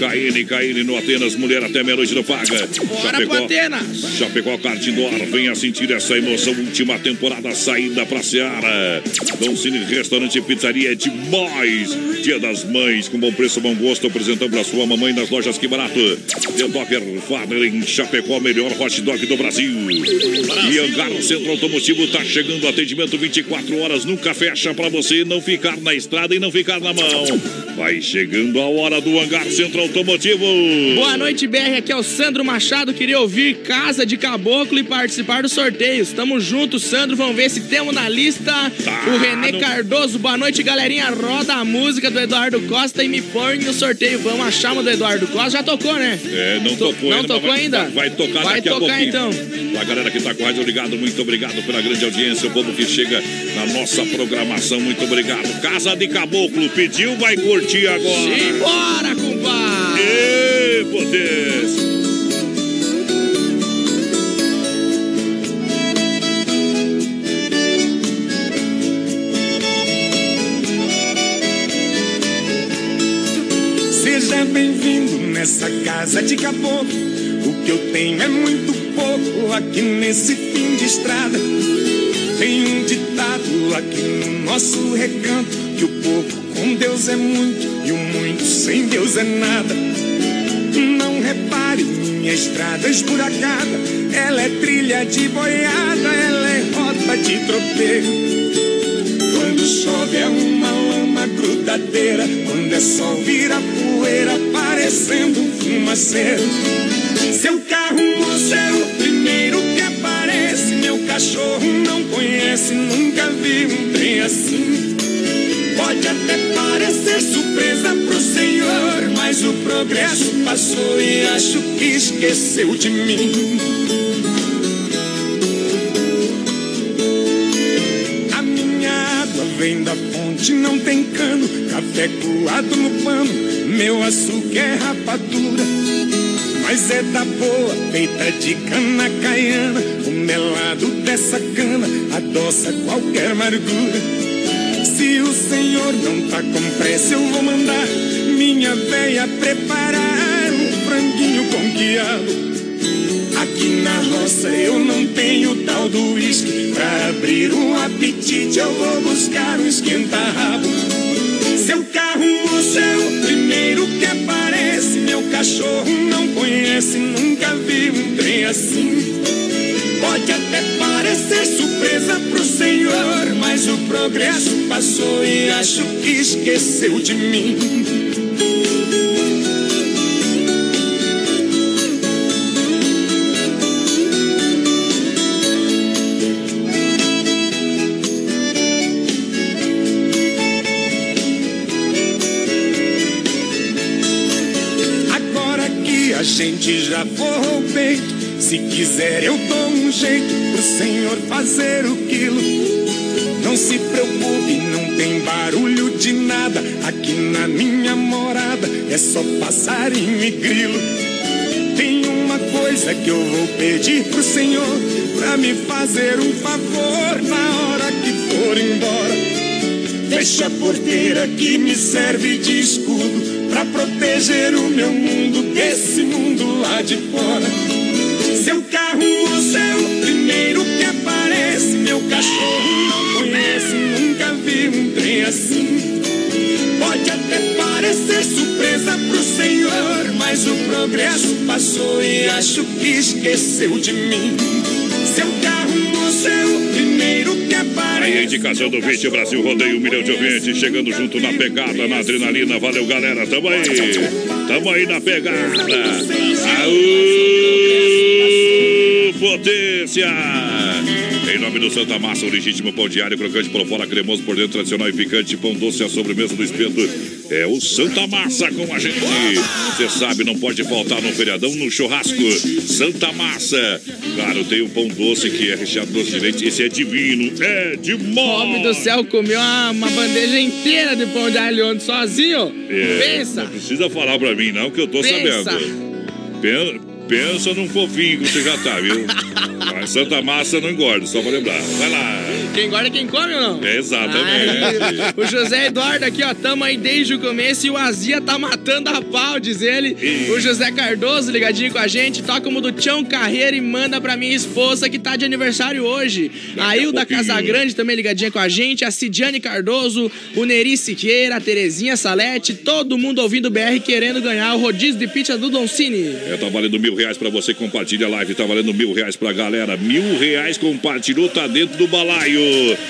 K N no Atenas, mulher até meia-noite não paga. Bora Chapecó, pro Atenas. Chapecó Kart Indoor, venha sentir essa emoção. Última temporada, saída pra Seara. Dom Cine Restaurante e Pizzaria é demais. Dia das Mães, com bom preço, bom gosto, apresentando pra sua mamãe nas lojas Que Barato. The Dogger Father em Chapecó, melhor hot dog do Brasil. E Angar Centro Automotivo tá chegando, atendimento vinte e quatro horas, nunca fecha pra você não ficar na estrada e não ficar na mão. Vai chegando a hora do Angar Centro Automotivo. Boa noite, B R, aqui é o Sandro Machado, queria ouvir Casa de Caboclo e participar dos sorteios. Tamo junto, Sandro, vamos ver se temos na lista. Tá, o Renê no... Cardoso, boa noite, galerinha, roda a música do Eduardo Costa e me põe no sorteio. Vamos achar uma do Eduardo Costa, já tocou, né? É, não tocou Não ainda, tocou vai, ainda? Vai, vai tocar vai daqui tocar, a pouquinho. Então. A galera que tá com o rádio ligado, muito obrigado pela grande audiência, o povo que chega na nossa programação, muito obrigado. Casa de Caboclo, pediu, vai curtir agora. Simbora, compadre! Ê, potência! Seja bem-vindo nessa casa de caboclo. O que eu tenho é muito pouco aqui nesse fim de estrada. Tem um ditado aqui no nosso recanto, que o pouco com Deus é muito e o muito sem Deus é nada. Não repare minha estrada esburacada, ela é trilha de boiada, ela é rota de tropeiro. Quando chove é uma lama grudadeira, quando é sol vira poeira, parecendo um fumaceiro. Seu carro, moço, é o primeiro que aparece. Meu cachorro não conhece, nunca vi um trem assim. Pode até parecer surpresa pro senhor, mas o progresso passou e acho que esqueceu de mim. A minha água vem da fonte, não tem cano, café coado no pano, meu açúcar é rapadura. Mas é da boa, feita de cana caiana. O melado dessa cana adoça qualquer amargura. Se o senhor não tá com pressa, eu vou mandar minha véia preparar um franguinho com quiabo. Aqui na roça eu não tenho tal do uísque, pra abrir um apetite eu vou buscar um esquenta-rabo. Seu carro, moço, é o primeiro que aparece. Meu cachorro não conhece, nunca vi um trem assim. Pode até parecer surpresa pro senhor, mas o progresso passou e acho que esqueceu de mim. A gente já forrou o peito, se quiser eu dou um jeito pro senhor fazer o quilo. Não se preocupe, não tem barulho de nada, aqui na minha morada é só passarinho e grilo. Tem uma coisa que eu vou pedir pro senhor, pra me fazer um favor na hora que for embora. Fecha a porteira que me serve de escudo, pra proteger o meu mundo desse mundo lá de fora. Seu carro, moço, é o primeiro que aparece. Meu cachorro não conhece, nunca vi um trem assim. Pode até parecer surpresa pro senhor, mas o progresso passou e acho que esqueceu de mim. Seu carro, moço, é o primeiro que aparece. Aí a indicação do Vinte Brasil Rodeio, um milhão de ouvintes, chegando junto na pegada, na adrenalina. Valeu, galera, tamo aí, tamo aí na pegada. Aô, potência! Em nome do Santa Massa, o legítimo pão diário, crocante por fora, cremoso por dentro, tradicional e picante, pão doce, a sobremesa do espeto. É o Santa Massa com a gente. Você sabe, não pode faltar no feriadão, no churrasco. Santa Massa. Claro, tem o pão doce que é recheado de doce de leite. Esse é divino, é demais. Homem do céu, comeu uma, uma bandeja inteira de pão de alho ontem sozinho. É, pensa. Não precisa falar pra mim, não, que eu tô pensa. sabendo. Pensa, pensa num fofinho que você já tá, viu? Mas Santa Massa não engorda, só pra lembrar. Vai lá. Quem guarda é quem come ou não? É, exatamente. Ai, o José Eduardo aqui, ó, tamo aí desde o começo e o Azia tá matando a pau, diz ele. E... o José Cardoso ligadinho com a gente, toca como do Tião Carreira e manda pra minha esposa que tá de aniversário hoje. A Hilda Casagrande também ligadinha com a gente, a Cidiane Cardoso, o Neri Siqueira, a Terezinha Salete, todo mundo ouvindo o B R querendo ganhar o rodízio de pizza do Don Cine. É, tá valendo mil reais pra você, compartilha a live, tá valendo mil reais pra galera, mil reais compartilhou, tá dentro do balaio.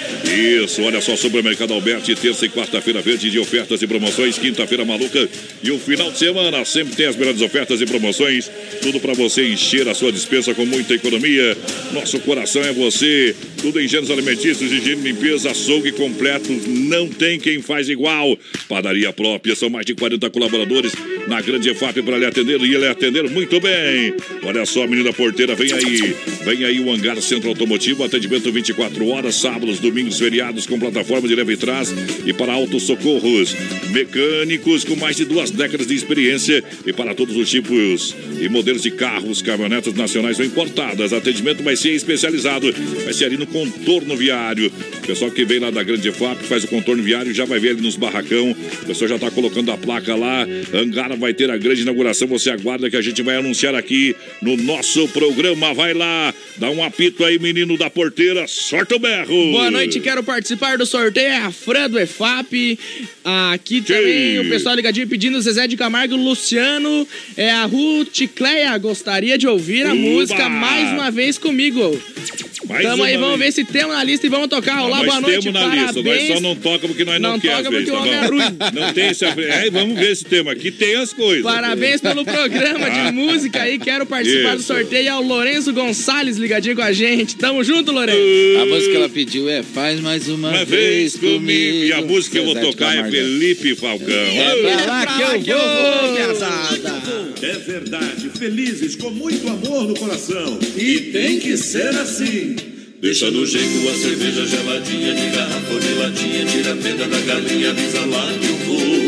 Isso, olha só, Supermercado Alberti, terça e quarta-feira verde de ofertas e promoções, quinta-feira maluca e o final de semana sempre tem as melhores ofertas e promoções, tudo pra você encher a sua despensa com muita economia. Nosso coração é você, tudo em gêneros alimentícios, higiene, limpeza, açougue completo, não tem quem faz igual. Padaria própria, são mais de quarenta colaboradores na grande E F A P para lhe atender e ele atender muito bem. Olha só, menina porteira, vem aí, vem aí o Hangar Centro Automotivo, atendimento vinte e quatro horas, sábados, domingos, feriados, com plataforma de leva e trás e para autossocorros. Mecânicos com mais de duas décadas de experiência e para todos os tipos e modelos de carros, caminhonetas nacionais ou importadas. Atendimento vai ser especializado, vai ser ali no contorno viário. O pessoal que vem lá da grande E F A P faz o contorno viário, já vai ver ali nos barracão. O pessoal já está colocando a placa lá. Hangar vai ter a grande inauguração. Você aguarda que a gente vai anunciar aqui no nosso programa. Vai lá, dá um apito aí, menino da porteira. Sorta o berro. Boa noite, quero participar do sorteio. É a Fran do E F A P. Aqui também Sim. o pessoal ligadinho pedindo Zezé de Camargo, Luciano. É a Ruth Cleia. Gostaria de ouvir a Uba. música mais uma vez comigo. Mais Tamo aí, vamos vez. ver se temos na lista e vamos tocar. Olá, boa noite, temos na parabéns. Lista. Nós só não toca porque nós não, não queremos. Não toca porque o homem é ruim. Não tem esse... É, vamos ver esse tema aqui, tem as coisas. Parabéns pelo programa de música aí, quero participar Isso. do sorteio. É o Lourenço Gonçalves ligadinho com a gente. Tamo junto, Lourenço. A música que ela pediu é Faz Mais Uma, uma vez, vez comigo. E a música que eu vou tocar é Felipe Falcão. É pra lá que eu vou, pesada. É verdade, felizes com muito amor no coração. E tem que ser assim. Deixa no jeito a cerveja geladinha, de garrafa ou de latinha, tira a pedra da galinha, avisa lá que eu vou.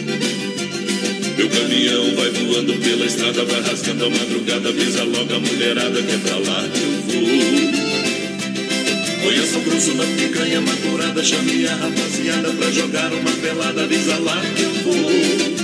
Meu caminhão vai voando pela estrada, vai rasgando a madrugada, avisa logo a mulherada que é pra lá que eu vou. Põe essa grosso na picanha maturada, chame a rapaziada pra jogar uma pelada, avisa lá que eu vou.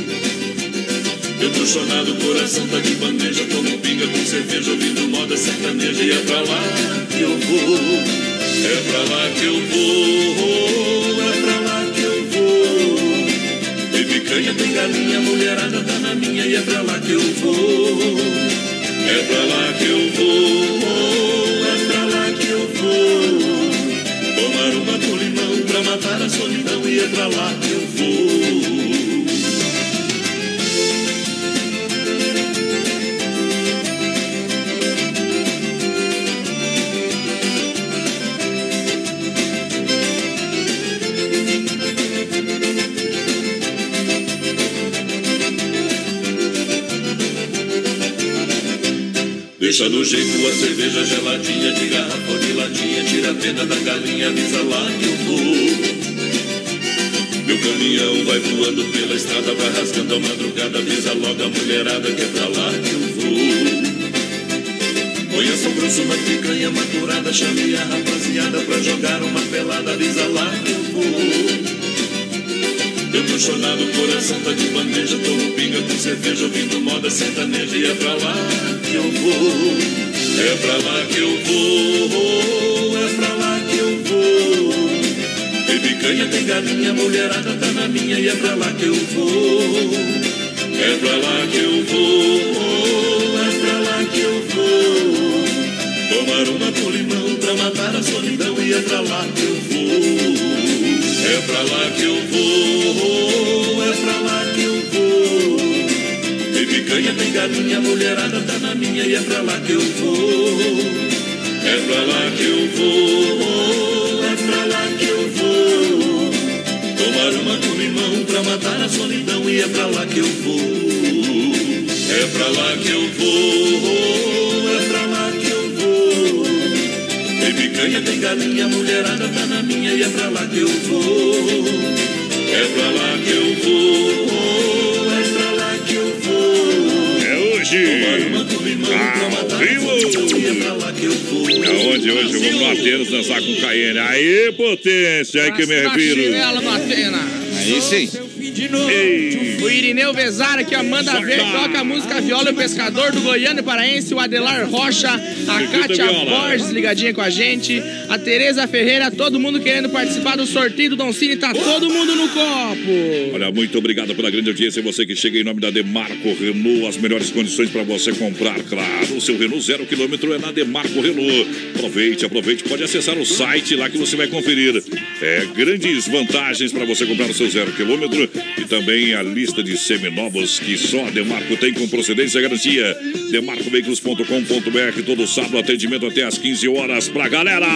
Eu tô chonado, coração tá de bandeja, tomo pinga com cerveja, ouvindo moda sertaneja, e é pra lá que eu vou, é pra lá que eu vou, é pra lá que eu vou. Tem picanha, tem galinha, mulherada tá na minha, e é pra lá que eu vou, é pra lá que eu vou, é pra lá que eu vou. Tomar uma com limão pra matar a solidão, e é pra lá que eu vou. Deixa no jeito a cerveja geladinha, de garrafa ou de latinha, tira a pena da galinha, avisa lá que eu vou. Meu caminhão vai voando pela estrada, vai rasgando a madrugada, avisa logo a mulherada que é pra lá que eu vou. Põe essa grosso na picanha maturada, chame a rapaziada pra jogar uma pelada, avisa lá que eu vou. Eu tô chonado, coração tá de bandeja, tomo pinga com cerveja, ouvindo moda sertaneja, e é pra lá que eu vou, é pra lá que eu vou, é pra lá que eu vou. Tem picanha, tem galinha, mulherada tá na minha, e é pra lá que eu vou, é pra lá que eu vou, é pra lá que eu vou. Tomar uma com limão pra matar a solidão, e é pra lá que eu vou. É pra lá que eu vou, é pra lá que eu vou. Tem picanha, tem galinha, mulherada tá na minha, e é pra lá que eu vou. É pra lá que eu vou, é pra lá que eu vou. Tomar uma com limão pra matar a solidão, e é pra lá que eu vou. É pra lá que eu vou, é pra lá que eu vou. Tem picanha, tem galinha, mulherada tá na minha, e é pra lá que eu vou. É pra lá que eu vou, é pra lá que eu vou. É hoje. Oeste. Abriu. Aonde hoje eu vou no Atenas dançar com Caiane. Aí, potência, aí que eu me refiro. Aí sim. Ei. O Irineu Vezara aqui, ó, manda ver, toca a música Viola e o Pescador do Goiânia Paraense, o Adelar Rocha, a Kátia Borges ligadinha com a gente, a Tereza Ferreira, todo mundo querendo participar do sorteio do Don Cine, tá todo mundo no copo. Olha, muito obrigado pela grande audiência, você que chega em nome da Demarco Renault, as melhores condições para você comprar, claro, o seu Renault zero quilômetro é na Demarco Renault. Aproveite, aproveite, pode acessar o site lá que você vai conferir. É, grandes vantagens para você comprar o seu zero quilômetro e também a lista de seminovos que só a Demarco tem com procedência e garantia. demarco veículos ponto com ponto b r, todo sábado, atendimento até às quinze horas pra galera.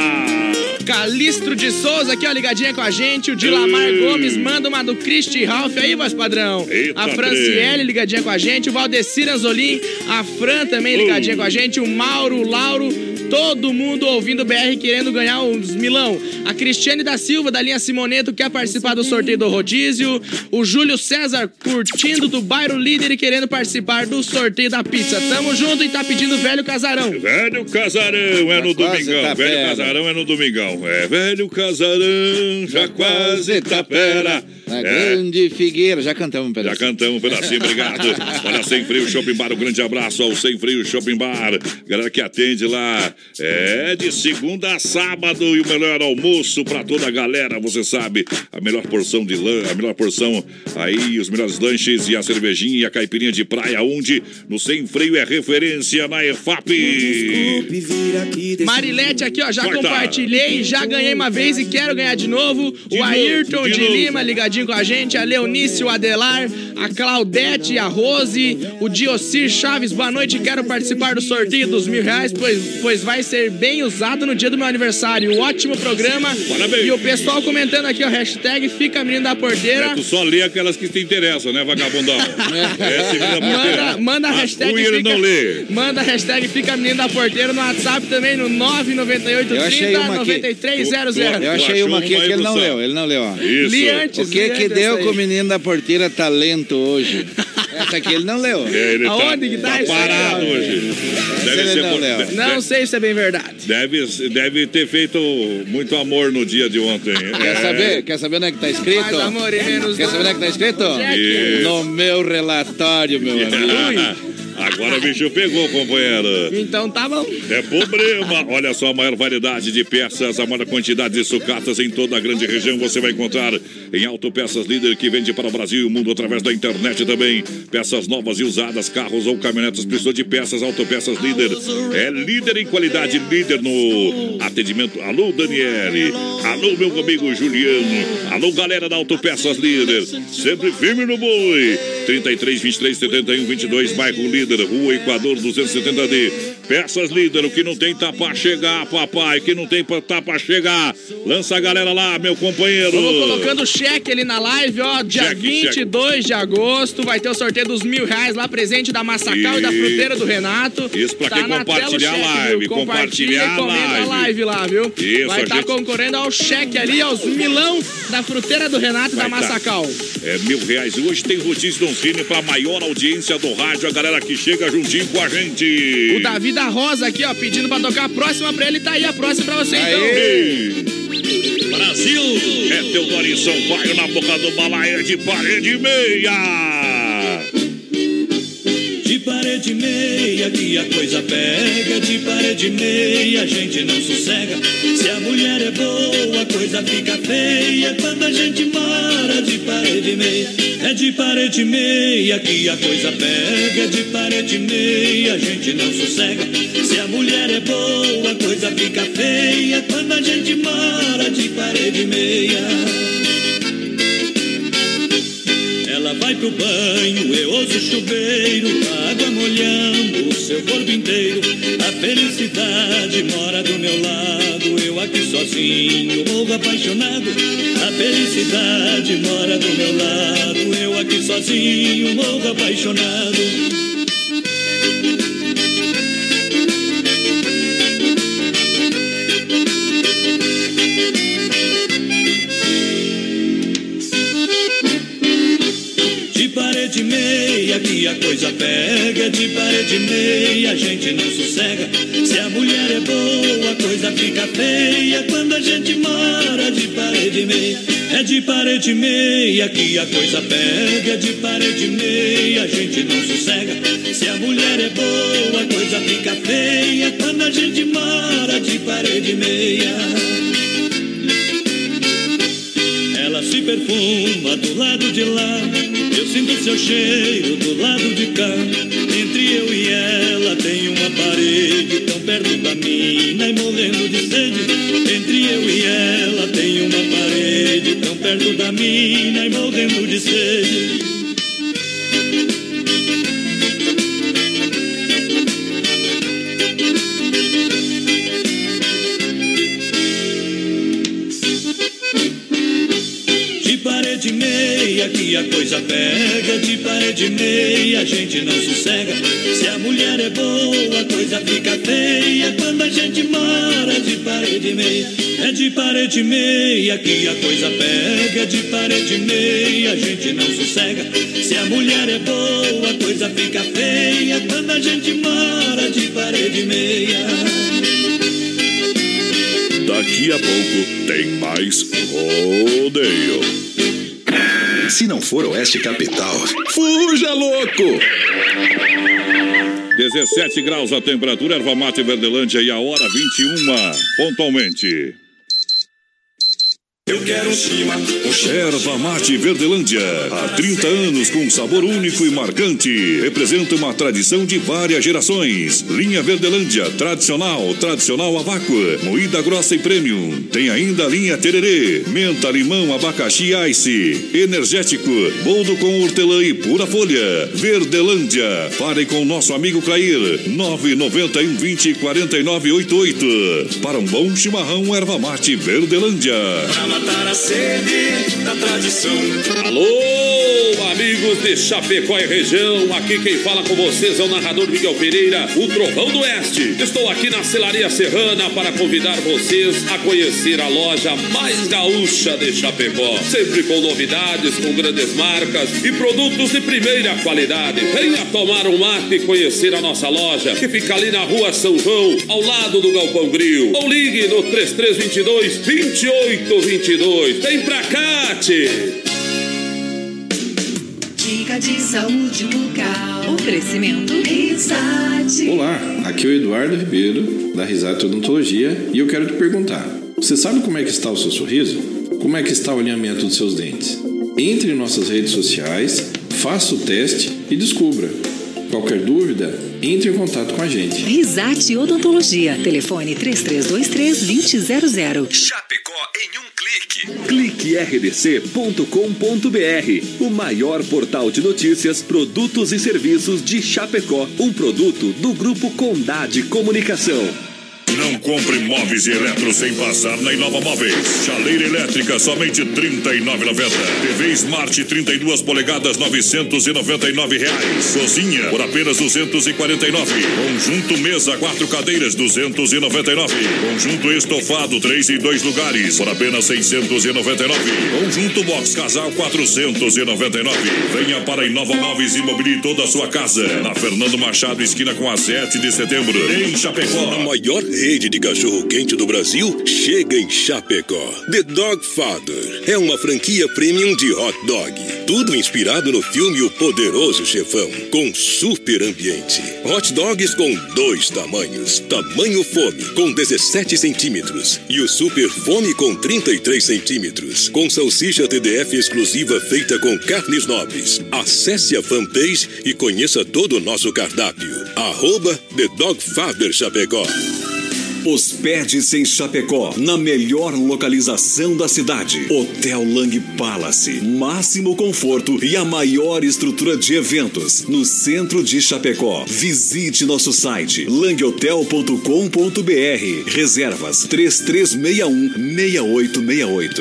Calistro de Souza aqui, ó, ligadinha com a gente. O Dilamar Ei. Gomes manda uma do Cristi Ralph aí, voz padrão. Eita, a Franciele ligadinha com a gente. O Valdecir Anzolim, a Fran também ligadinha uh. com a gente. O Mauro, o Lauro, todo mundo ouvindo o B R querendo ganhar os milão. A Cristiane da Silva, da linha Simoneto, quer participar do sorteio do rodízio. O Júlio César, curtindo do bairro Líder e querendo participar do sorteio da pizza. Tamo junto e tá pedindo Velho Casarão. Velho Casarão é no domingão. Tá velho pera. Casarão é no domingão. É Velho Casarão, já, já quase tapera. Na é. Grande Figueira, já cantamos um pedacinho. Já cantamos um pedacinho, obrigado. Olha, Sem Freio Shopping Bar, um grande abraço ao Sem Freio Shopping Bar. Galera que atende lá, é de segunda a sábado e o melhor almoço pra toda a galera, você sabe. A melhor porção de lã, a melhor porção aí, os melhores lanches e a cervejinha e a caipirinha de praia, onde no Sem Freio é referência na E F A P. Marilete aqui, ó, já Corta. compartilhei, já ganhei uma vez e quero ganhar de novo. De o Ayrton de, de, de Lima ligadinho com a gente, a Leonice, o Adelar, a Claudete, a Rose, o Diocir Chaves, boa noite, quero participar do sorteio dos mil reais, pois, pois vai ser bem usado no dia do meu aniversário. Um ótimo programa. Parabéns. E o pessoal comentando aqui, ó, hashtag Fica Menino da Porteira. É, tu só lê aquelas que te interessam, né, vagabundão? É, manda, manda a hashtag fica, não lê. Manda a hashtag Fica Menino da Porteira no WhatsApp também, no nove nove oito trinta, noventa e três zero zero. Eu achei uma aqui que ele não leu, ele não leu, ó. Isso. Li antes, o que que deu com o Menino da Porteira talento hoje? Essa aqui ele não leu. É, ele Aonde tá, que tá, tá isso parado aí, hoje. Deve ele ser não por... leu. Deve... Não sei se é bem verdade. Deve, deve ter feito muito amor no dia de ontem. Quer é... saber? Quer saber onde é que tá escrito? Mais amor e menos Quer saber onde é que tá escrito? Isso. No meu relatório, meu amigo. Agora o bicho pegou, companheiro. Então tá bom. É problema. Olha só, a maior variedade de peças, a maior quantidade de sucatas em toda a grande região você vai encontrar em Autopeças Líder, que vende para o Brasil e o mundo através da internet também. Peças novas e usadas, carros ou caminhonetas, precisou de peças, Autopeças Líder. É líder em qualidade, líder no atendimento. Alô, Daniele. Alô, meu amigo Juliano. Alô, galera da Autopeças Líder. Sempre firme no boi. trinta e três, vinte e três, setenta e um, vinte e dois, bairro Líder. Rua Equador duzentos e setenta D. Peças Líder, o que não tem tá pra chegar, papai. O que não tem tá pra chegar. Lança a galera lá, meu companheiro. Vamos colocando o cheque ali na live, ó. Dia cheque, vinte e dois cheque. de agosto. Vai ter o sorteio dos mil reais lá, presente da Massacal e, e da Fruteira do Renato. Isso pra tá quem compartilhar a live. Compartilha a live. a live lá, viu? Isso, vai estar tá gente... concorrendo ao cheque ali, aos milão da Fruteira do Renato e da Massacal. Tá. É mil reais. Hoje tem rodízio Don Cine pra maior audiência do rádio. A galera que chega juntinho com a gente. O Davi da Rosa aqui, ó, pedindo pra tocar a próxima pra ele. Tá aí a próxima pra você, Aê. Então. Brasil! É Teodoro e Sampaio na boca do balaia de parede e meia. De parede meia que a coisa pega, de parede meia a gente não sossega. Se a mulher é boa, a coisa fica feia quando a gente mora de parede meia. É de parede meia que a coisa pega, de parede meia a gente não sossega. Se a mulher é boa, a coisa fica feia quando a gente mora de parede meia. Ela vai pro banho, eu ouço o chuveiro, a água molhando o seu corpo inteiro. A felicidade mora do meu lado, eu aqui sozinho, morro apaixonado. A felicidade mora do meu lado, eu aqui sozinho, morro apaixonado. parede meia que a coisa pega. É de parede e meia, a gente não sossega. Se a mulher é boa, a coisa fica feia. Quando a gente mora de parede e meia. É de parede e meia que a coisa pega. É de parede e meia, a gente não sossega. Se a mulher é boa, a coisa fica feia. Quando a gente mora de parede e meia. Ela se perfuma do lado de lá, eu sinto seu cheiro do lado de cá. Entre eu e ela tem uma parede, tão perto da mina e morrendo de sede. Entre eu e ela tem uma parede, tão perto da mina e morrendo de sede. De meia que a coisa pega, de parede e meia a gente não sossega. Se a mulher é boa, a coisa fica feia. Quando a gente mora de parede e meia. É de parede e meia que a coisa pega. De parede e meia a gente não sossega. Se a mulher é boa, a coisa fica feia. Quando a gente mora de parede e meia. Daqui a pouco tem mais rodeio. Se não for Oeste Capital, fuja, louco! dezessete graus a temperatura, Erva Mate Verdelândia e a hora vinte e uma, pontualmente. Eu quero um chima, um chima. Erva Mate Verdelândia, há trinta anos com um sabor único e marcante. Representa uma tradição de várias gerações. Linha Verdelândia, tradicional, tradicional a vácuo, moída grossa e premium. Tem ainda a linha Tererê, menta, limão, abacaxi ice, energético, boldo com hortelã e pura folha. Verdelândia, fale com o nosso amigo Clair, nove nove um, vinte, quarenta e nove, oitenta e oito. Para um bom chimarrão, Erva Mate Verdelândia. Matar a sede da tradição. Alô, amigos de Chapecó e região, aqui quem fala com vocês é o narrador Miguel Pereira, o Trovão do Oeste. Estou aqui na Celaria Serrana para convidar vocês a conhecer a loja mais gaúcha de Chapecó, sempre com novidades, com grandes marcas e produtos de primeira qualidade. Venha tomar um mate e conhecer a nossa loja, que fica ali na rua São João, ao lado do Galpão Grill. Ou ligue no três três dois dois, vinte e oito vinte e dois. Vem pra cá, tchê! Dica de saúde bucal. Oferecimento Risate. Olá, aqui é o Eduardo Ribeiro, da Risate Odontologia, e eu quero te perguntar: você sabe como é que está o seu sorriso? Como é que está o alinhamento dos seus dentes? Entre em nossas redes sociais, faça o teste e descubra. Qualquer dúvida, entre em contato com a gente. Risate Odontologia. Telefone três três dois três, vinte zero zero. Chapecó em um clique. clique r d c ponto com ponto b r. O maior portal de notícias, produtos e serviços de Chapecó. Um produto do Grupo Condade Comunicação. Não compre móveis e eletros sem passar na Inova Móveis. Chaleira elétrica, somente trinta e nove reais e noventa centavos. T V Smart trinta e duas polegadas, novecentos e noventa e nove reais. Cozinha, por apenas duzentos e quarenta e nove reais. Conjunto mesa, quatro cadeiras, duzentos e noventa e nove reais. Conjunto estofado, três e dois lugares, por apenas seiscentos e noventa e nove reais. Conjunto box casal, quatrocentos e noventa e nove reais. Venha para a Inova Móveis e mobilie toda a sua casa. Na Fernando Machado, esquina com a sete de setembro, em Chapecó. A maior rede de cachorro-quente do Brasil chega em Chapecó. The Dog Father é uma franquia premium de hot dog. Tudo inspirado no filme O Poderoso Chefão, com super ambiente. Hot dogs com dois tamanhos. Tamanho Fome, com dezessete centímetros. E o Super Fome, com trinta e três centímetros. Com salsicha T D F exclusiva feita com carnes nobres. Acesse a fanpage e conheça todo o nosso cardápio. Arroba The Dog Father Chapecó. Hospede-se em Chapecó, na melhor localização da cidade. Hotel Lang Palace. Máximo conforto e a maior estrutura de eventos no centro de Chapecó. Visite nosso site lang hotel ponto com ponto b r. Reservas três três seis um, seis oito seis oito.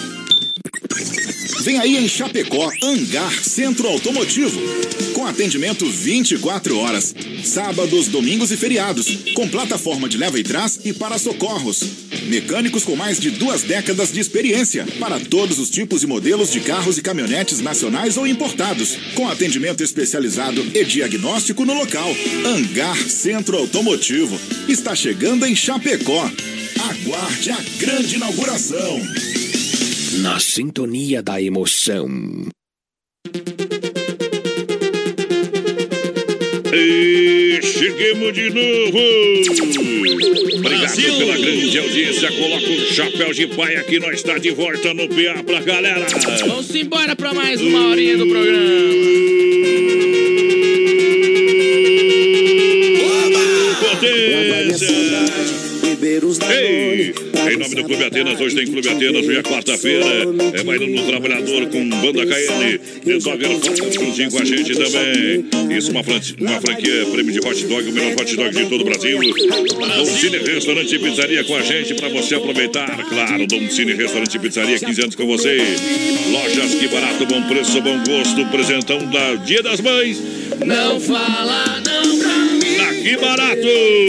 Vem aí em Chapecó, Hangar Centro Automotivo. Com atendimento vinte e quatro horas. Sábados, domingos e feriados. Com plataforma de leva e trás e para socorros. Mecânicos com mais de duas décadas de experiência para todos os tipos e modelos de carros e caminhonetes nacionais ou importados, com atendimento especializado e diagnóstico no local. Hangar Centro Automotivo está chegando em Chapecó. Aguarde a grande inauguração. Na sintonia da emoção. E chegamos de novo. Obrigado Brasil. Pela grande audiência. Coloca o chapéu de pai aqui. Nós está de volta no P A pra galera. Vamos embora pra mais uma horinha do programa. Potência. Ei, em nome do Clube Atenas, hoje tem Clube Atenas, hoje é quarta-feira, é bailando no Trabalhador com Banda K N, resolvendo juntinho com a gente também. Isso, uma, fran uma franquia, prêmio de hot dog, o melhor hot dog de todo o Brasil. Dom Cine Restaurante e Pizzaria com a gente pra você aproveitar. Claro, Dom Cine Restaurante e Pizzaria, quinze anos com você. Lojas Que Barato, bom preço, bom gosto, presentão da Dia das Mães. Não fala não pra mim. Que Barato!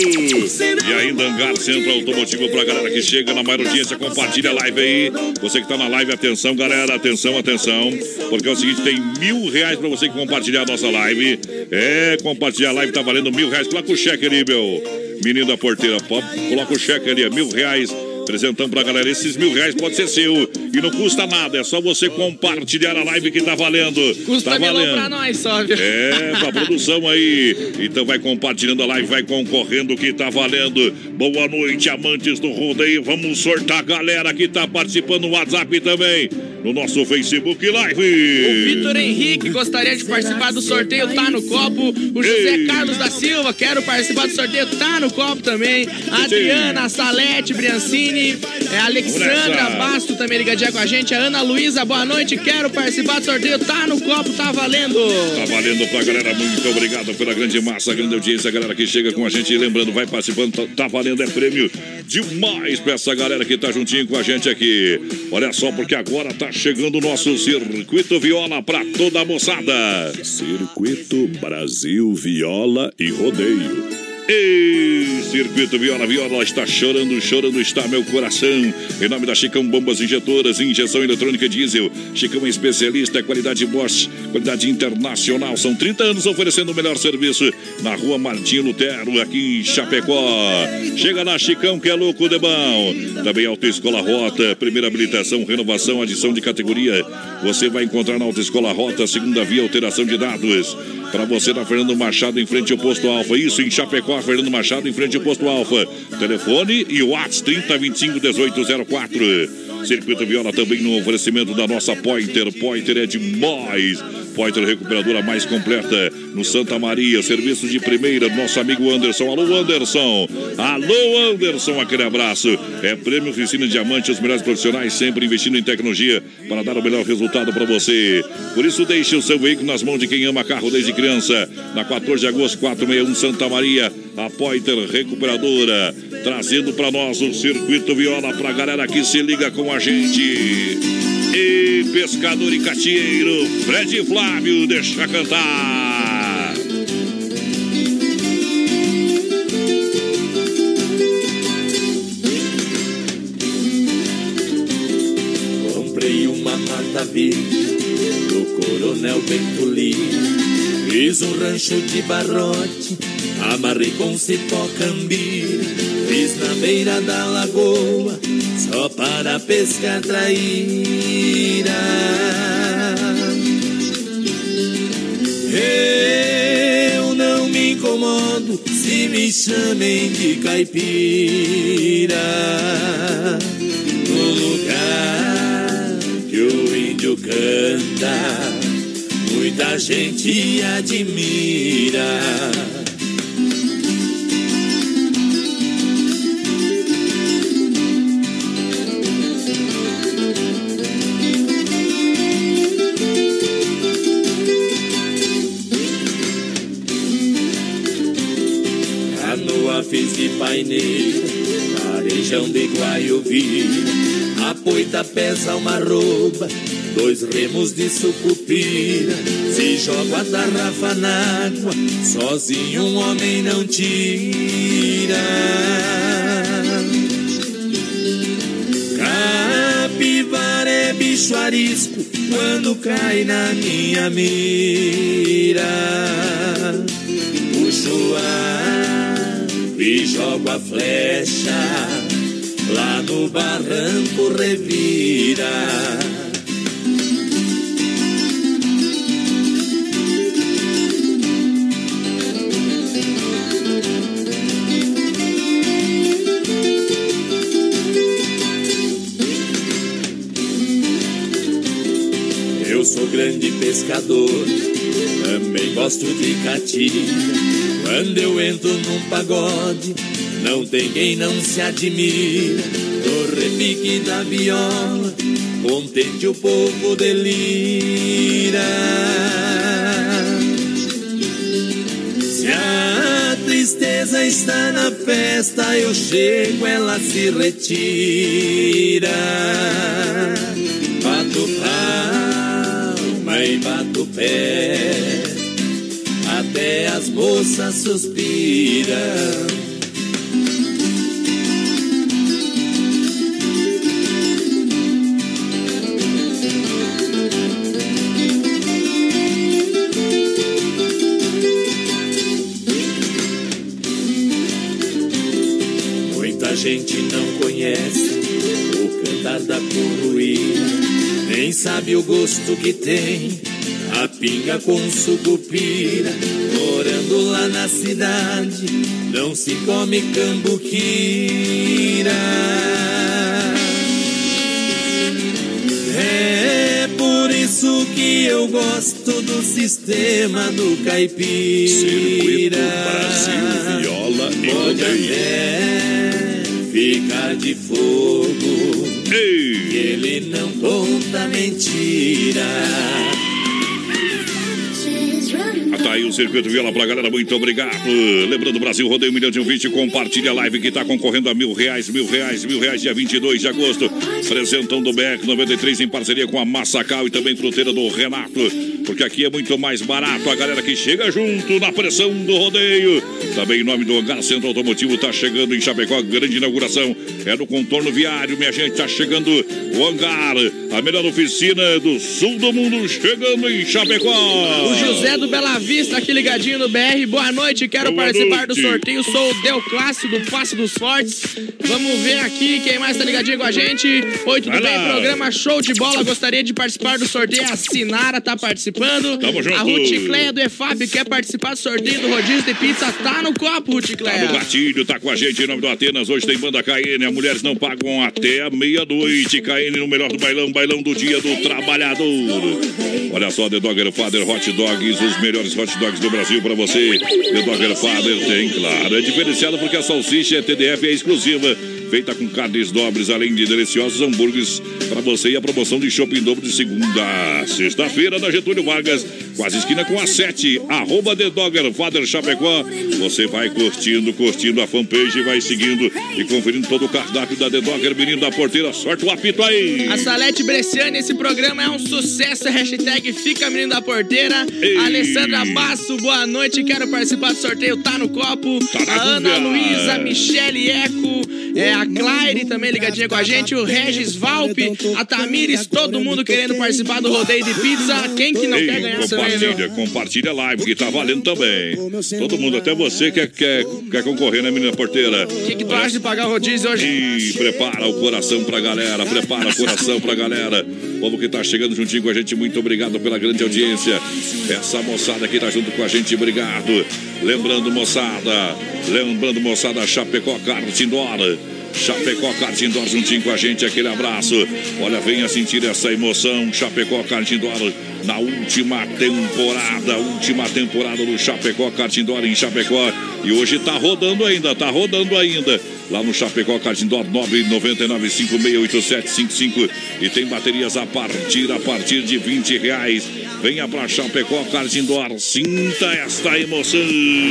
E ainda Hangar Centro Automotivo pra galera que chega na maior audiência, compartilha a live aí. Você que tá na live, atenção galera, atenção, atenção. Porque é o seguinte, tem mil reais pra você compartilhar a nossa live. É, compartilhar a live tá valendo mil reais. Coloca o cheque ali, meu menino da porteira. Coloca o cheque ali, é mil reais. Apresentando pra galera, esses mil reais pode ser seu e não custa nada, é só você compartilhar a live que tá valendo. Custa tá valendo pra nós só, viu? É, pra produção aí. Então vai compartilhando a live, vai concorrendo que tá valendo. Boa noite, amantes do rodeio. Vamos sortar a galera que tá participando no WhatsApp também, no nosso Facebook Live. O Vitor Henrique gostaria de participar do sorteio, tá no copo. O José Ei. Carlos da Silva, quero participar do sorteio, tá no copo também. A Adriana, a Salete, Briancini. É a Alexandra Basto também ligadinha com a gente. A Ana Luísa, boa noite. Quero participar do sorteio. Tá no copo, tá valendo. Tá valendo pra galera. Muito obrigado pela grande massa, grande audiência. A galera que chega com a gente. E lembrando, vai participando. Tá, tá valendo, é prêmio demais pra essa galera que tá juntinho com a gente aqui. Olha só, porque agora tá chegando o nosso Circuito Viola pra toda a moçada. Circuito Brasil Viola e Rodeio. Ei, Circuito Viola, Viola está chorando, chorando está meu coração. Em nome da Chicão Bombas Injetoras, injeção eletrônica diesel. Chicão é especialista, qualidade Bosch, qualidade internacional. São trinta anos oferecendo o melhor serviço na rua Martinho Lutero, aqui em Chapecó. Chega na Chicão que é louco de bom. Também Autoescola Rota, primeira habilitação, renovação, adição de categoria. Você vai encontrar na Autoescola Rota, segunda via, alteração de dados. Para você na Fernando Machado, em frente ao Posto Alfa. Isso, em Chapecó, Fernando Machado, em frente ao Posto Alfa. Telefone e WhatsApp trinta, vinte e cinco, dezoito zero quatro. Circuito Viola também no oferecimento da nossa Pointer. Pointer é demais. Pointer recuperadora mais completa no Santa Maria. Serviço de primeira do nosso amigo Anderson. Alô, Anderson. Alô, Anderson. Aquele abraço. É Prêmio Oficina Diamante. Os melhores profissionais sempre investindo em tecnologia para dar o melhor resultado para você. Por isso, deixe o seu veículo nas mãos de quem ama carro desde criança. Na quatorze de agosto, quatrocentos e sessenta e um, Santa Maria. A Pointer Recuperadora. Trazendo para nós o Circuito Viola para a galera que se liga com a gente. E pescador e catieiro, Fred Flávio, deixa cantar. Comprei uma mata verde do Coronel Bento Lima. Fiz um rancho de barrote, amarrei com cipó cambira. Fiz na beira da lagoa, só para pescar traíra. Eu não me incomodo se me chamem de caipira. No lugar que o índio canta, muita gente admira. Canoa fiz de paineira, arejão de Guaiovira. A poita pesa uma arroba, dois remos de sucupira. Se joga a tarrafa na água, sozinho um homem não tira. bicho arisco quando cai na minha mira. Puxo ar e jogo a flecha, lá no barranco revira. Eu sou grande pescador, também gosto de catinga. Quando eu entro num pagode, não tem quem não se admira. No repique da viola, contente o povo delira. Se a tristeza está na festa, eu chego, ela se retira. Bato palma e bato pé, até as moças suspiram. Muita gente não conhece o cantar da curruína, nem sabe o gosto que tem a pinga com sucupira. Morando lá na cidade, não se come cambuquira. É por isso que eu gosto do sistema do caipira. Circuito Brasil, viola e pode até ficar de fogo, ei, ele não conta mentira. Tá aí o Circuito Viola pra galera, muito obrigado. Lembrando, Brasil Rodeio um milhão de ouvintes, compartilha a live que tá concorrendo a mil reais, mil reais, mil reais, dia vinte e dois de agosto. Presentão do B R noventa e três em parceria com a Massacal e também Fruteira do Renato, porque aqui é muito mais barato. A galera que chega junto na pressão do rodeio. Também em nome do Hangar Centro Automotivo, tá chegando em Chapecó, grande inauguração. É no contorno viário, minha gente, tá chegando o Hangar, a melhor oficina do sul do mundo, chegando em Chapecó. O José do Bela Vista aqui ligadinho no B R. Boa noite, quero Boa participar noite. do sorteio. Sou o Del Clássico do Passe dos Fortes. Vamos ver aqui quem mais tá ligadinho com a gente. Oi, tudo Vai bem? lá. Programa show de bola. Gostaria de participar do sorteio. A Sinara tá participando. Tamo junto. A Ruticleia do E F A B quer participar do sorteio do rodízio de pizza. Tá no copo, Ruticleia. Tá no gatilho, tá com a gente em nome do Atenas. Hoje tem banda K N. As mulheres não pagam até a meia-noite. K N no melhor do bailão, bailão do dia do trabalhador. Olha só, The Dogger Father Hot Dogs, os melhores hot dogs do Brasil pra você. The Dogger Father tem, claro. É diferenciado porque a salsicha é T D F, é exclusiva. Feita com carnes nobres, além de deliciosos hambúrgueres para você. E a promoção de shopping dobro de segunda a sexta-feira na Getúlio Vargas, quase esquina com a sete, arroba The Dogger Father Chapecó. Você vai curtindo, curtindo a fanpage, vai seguindo e conferindo todo o cardápio da The Dogger. Menino da porteira, sorte o apito aí. A Salete Bresciani, esse programa é um sucesso. Hashtag Fica Menino da Porteira. Ei. Alessandra Basso, boa noite. Quero participar do sorteio. Tá no copo. Tá na a Ana agulha. Luísa, Michele Eco, é, a Claire também ligadinha com a gente. O Regis Valpe, a Tamires, todo mundo querendo participar do rodeio de pizza. Quem que não Ei, quer ganhar também, compartilha, viu? compartilha a live que tá valendo também. Todo mundo, até você quer, quer, quer concorrer, né, menina porteira? O que, que tu acha de pagar o rodízio hoje? E prepara o coração pra galera, prepara o coração pra galera. Povo que tá chegando juntinho com a gente, muito obrigado pela grande audiência. Essa moçada que tá junto com a gente, obrigado. Lembrando, moçada, lembrando, moçada, Chapecó Kart Indoor. Chapecó Kart Indoor juntinho com a gente, aquele abraço. Olha, venha sentir essa emoção. Chapecó Kart Indoor na última temporada, última temporada do Chapecó Kart Indoor em Chapecó. E hoje tá rodando ainda, tá rodando ainda. Lá no Chapecó Kart Indoor, nove nove nove cinco seis oito sete cinco cinco. E tem baterias a partir, a partir de vinte reais. Venha pra Chapecó Kart Indoor, sinta esta emoção.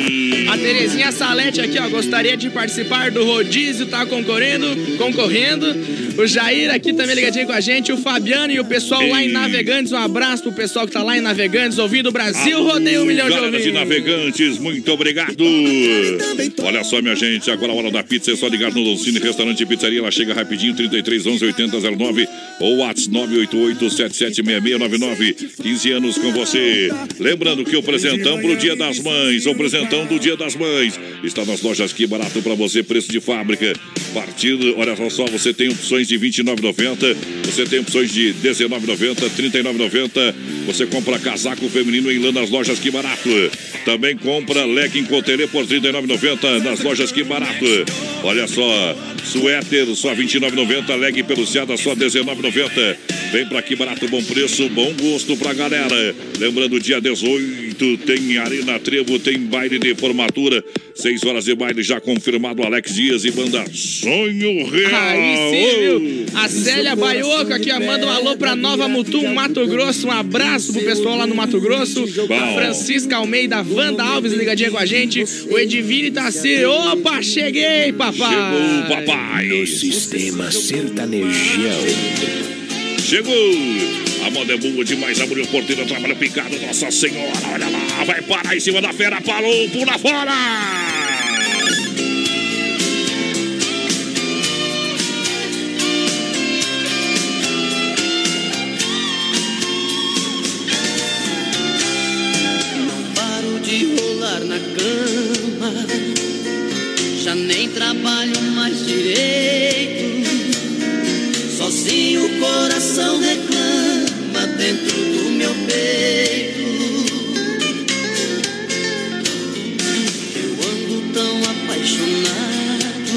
A Terezinha Salete aqui, ó, gostaria de participar do rodízio, tá concorrendo, concorrendo. O Jair aqui também ligadinho com a gente, o Fabiano e o pessoal lá em Navegantes, um abraço pro pessoal pessoal que tá lá em Navegantes, ouvindo o Brasil Rodeio um milhão de ouvintes. De Navegantes, muito obrigado. Olha só, minha gente, agora a hora da pizza é só ligar no Doncini Restaurante e Pizzaria. Ela chega rapidinho, trinta e três, onze, oitenta, zero nove ou WhatsApp nove oito oito, sete sete seis seis nove nove. quinze anos com você. Lembrando que o presentão pro Dia das Mães, o presentão do Dia das Mães, está nas lojas Que Barato pra você, preço de fábrica. Partido, olha só, você tem opções de vinte e nove reais e noventa centavos, você tem opções de dezenove reais e noventa centavos, trinta e nove reais e noventa centavos. Você compra casaco feminino em lã nas lojas Que Barato. Também compra leque em cotelê por trinta e nove reais e noventa centavos nas lojas Que Barato. Olha só, suéter só vinte e nove reais e noventa centavos, leque peluciada só dezenove reais e noventa centavos. Vem pra Que Barato, bom preço, bom gosto pra galera. Lembrando, dia dezoito tem Arena Trevo, tem baile de formatura. Seis horas de baile já confirmado. Alex Dias e banda Sonho Real. Aí sim, viu? A Célia Baioco aqui, manda um alô pra Nova Mutum, Mato Grosso. Um abraço pro pessoal lá no Mato Grosso. Bom. A Francisca Almeida, Wanda Alves ligadinha com a gente. O Edivine Tassi. Opa, cheguei, papai. Chegou, papai. No sistema sertanejão. Chegou! A moda é boa demais, abriu a porteira, trabalho picado, Nossa Senhora, olha lá, vai parar em cima da fera, parou, pula fora! Não paro de rolar na cama, já nem trabalho mais direito. Sozinho o coração reclama dentro do meu peito. Eu ando tão apaixonado,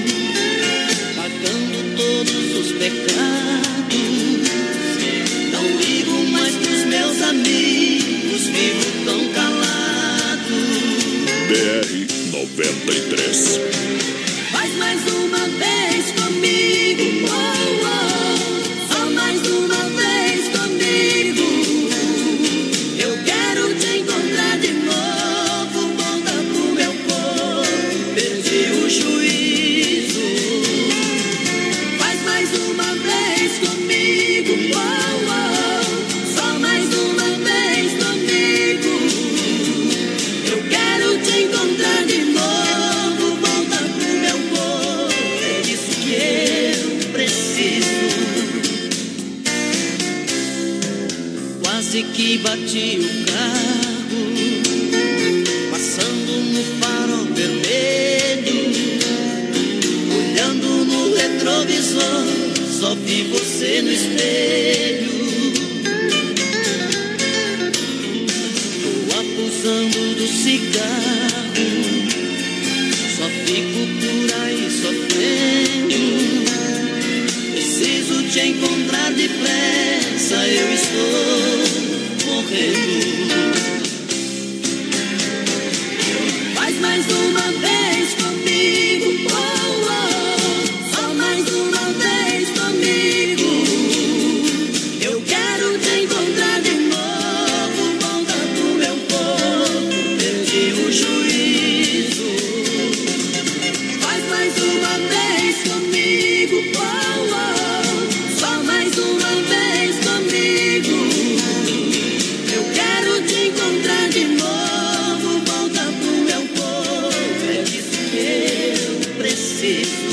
pagando todos os pecados. Não ligo mais pros meus amigos, vivo tão calado. B R noventa e três. Faz mais uma vez comigo, oh, oh. Só mais uma vez comigo. Eu quero te encontrar de novo. Volta pro meu corpo, perdi o juízo. Faz mais uma vez comigo, oh, oh. Só mais uma vez comigo. Eu quero te encontrar de novo. Quase que bati o carro, passando no farol vermelho. Olhando no retrovisor, só vi você no espelho. Tô abusando do cigarro, só fico por aí sofrendo. Preciso te encontrar depressa, eu estou morrendo. Faz mais uma vez comigo, oh, oh. Só mais uma vez comigo. Eu quero te encontrar de novo. Volta pro meu corpo, perdi o juízo. Faz mais uma vez comigo, oh, oh. Só mais uma vez comigo. Eu quero te encontrar de novo. Volta pro meu corpo, é disso que eu preciso.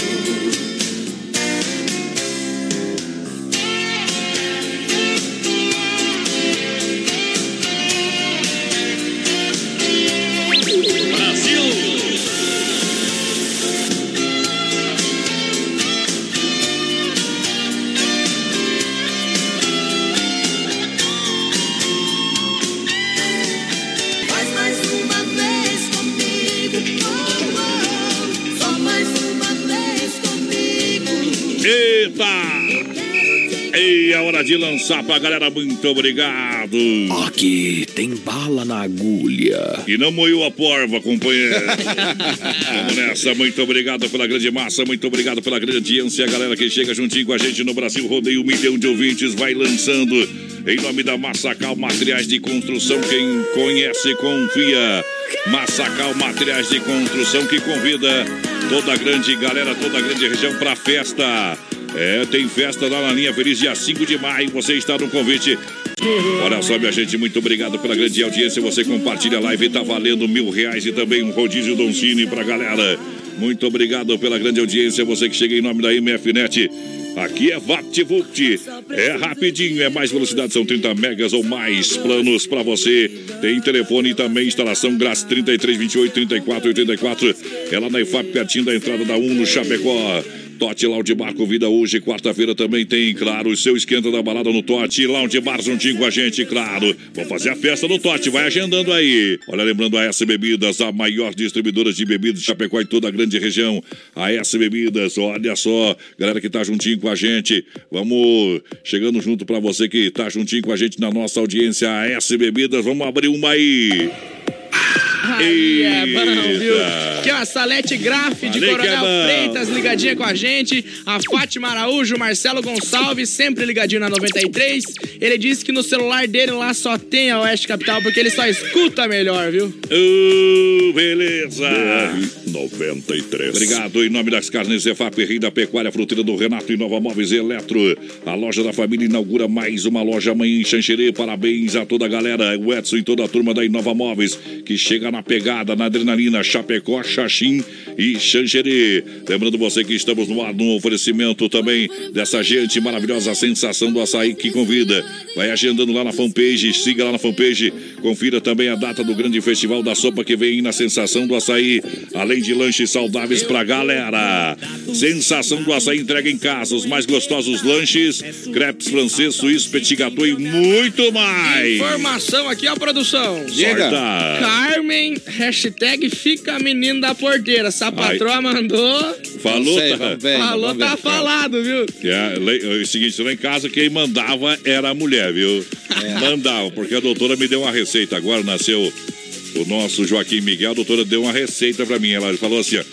E a hora de lançar pra galera, muito obrigado. Aqui tem bala na agulha. E não moiu a porva, companheiro. Vamos nessa, muito obrigado pela grande massa, muito obrigado pela grande audiência. A galera que chega juntinho com a gente no Brasil Rodeio, um milhão de ouvintes, vai lançando. Em nome da Massacal Materiais de Construção, quem conhece, confia. Massacal Materiais de Construção, que convida toda a grande galera, toda a grande região pra festa. É, tem festa lá na linha Feliz, dia cinco de maio. Você está no convite. Olha só, minha gente, muito obrigado pela grande audiência. Você compartilha a live, tá valendo mil reais e também um rodízio Don Cine pra galera. Muito obrigado pela grande audiência. Você que chega em nome da M F Net. Aqui é VaptVupt, é rapidinho, é mais velocidade, são trinta megas ou mais planos pra você. Tem telefone e também instalação grátis trinta e três, vinte e oito, trinta e quatro, oitenta e quatro. É lá na I F A P, pertinho da entrada da um no Chapecó. Tote Lounge Bar convida hoje, quarta-feira também tem, claro, o seu esquenta da balada no Tote Lounge Bar juntinho com a gente, claro. Vamos fazer a festa no Tote, vai agendando aí. Olha, lembrando a S Bebidas, a maior distribuidora de bebidas de Chapecó e toda a grande região. A S Bebidas, olha só, galera que tá juntinho com a gente. Vamos chegando junto pra você que tá juntinho com a gente na nossa audiência, a S Bebidas. Vamos abrir uma aí. Aí é bom, viu? Aqui ó, a Salete Graf de Coronel é Freitas, ligadinha com a gente. A Fátima Araújo, Marcelo Gonçalves, sempre ligadinho na noventa e três. Ele disse que no celular dele lá só tem a Oeste Capital, porque ele só escuta melhor, viu? Uh, beleza! noventa e três. Obrigado, em nome das carnes Zefap, Rei da Pecuária, Fruteira do Renato e Nova Móveis Eletro. A loja da família inaugura mais uma loja amanhã em Xanxerê. Parabéns a toda a galera, o Edson e toda a turma da Inova Móveis, que chega na pegada, na adrenalina, Chapecó, Xaxim e Xanxerê. Lembrando você que estamos no ar no oferecimento também dessa gente maravilhosa, Sensação do Açaí, que convida. Vai agendando lá na fanpage, siga lá na fanpage, confira também a data do grande festival da sopa que vem na Sensação do Açaí, além de lanches saudáveis pra galera. Sensação do Açaí entrega em casa os mais gostosos lanches, crepes francês, suíço, petit gâteau e muito mais. Informação aqui, ó, produção. Diga. Carmen, hashtag fica menino da porteira. Se a patroa Ai. mandou... Falou, sei, tá, ver, falou, tá falado, viu? É, é o seguinte, lá em casa quem mandava era a mulher, viu? É. Mandava, porque a doutora me deu uma receita. Agora nasceu o nosso Joaquim Miguel, a doutora deu uma receita pra mim. Ela falou assim, ó: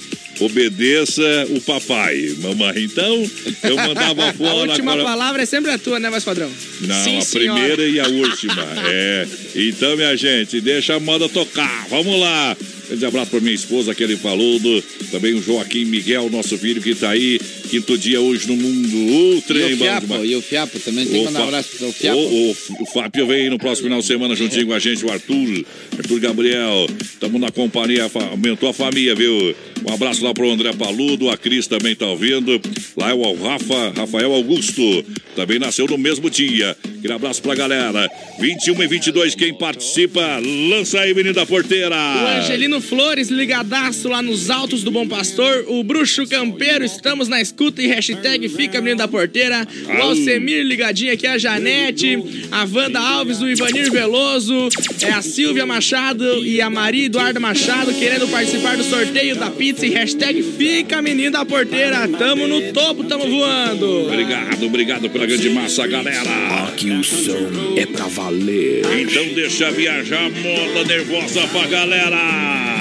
obedeça o papai, mamãe. Então, eu mandava fora. A última agora... palavra é sempre a tua, né, mais padrão? Não, Sim, a senhora. primeira e a última. É. Então, minha gente, deixa a moda tocar. Vamos lá. Grande abraço para minha esposa, Kelly Paludo. Também o Joaquim Miguel, nosso filho que tá aí. Quinto dia hoje no mundo. O trem, e o Fiapo, e o Fiapo também. Tem que mandar um abraço pro Fiapo. O, o, o Fábio vem no próximo final de semana juntinho com a gente. O Arthur, Arthur Gabriel. Estamos na companhia, aumentou a família, viu? Um abraço lá pro André Paludo. A Cris também tá ouvindo. Lá é o Rafa, Rafael Augusto. Também nasceu no mesmo dia. Aquele abraço pra galera. vinte e um e vinte e dois, quem participa, lança aí, menino da porteira. O Angelino Flores, ligadaço lá nos Altos do Bom Pastor. O Bruxo Campeiro, estamos na escuta e hashtag fica menino da porteira. O Alcemir ligadinho aqui, a Janete, a Wanda Alves, o Ivanir Veloso, é a Silvia Machado e a Maria Eduarda Machado querendo participar do sorteio da pizza e hashtag fica menino da porteira. Tamo no topo, tamo voando. Obrigado, obrigado pela grande massa, galera. Aqui o som é pra valer. Então deixa viajar, moda nervosa pra galera.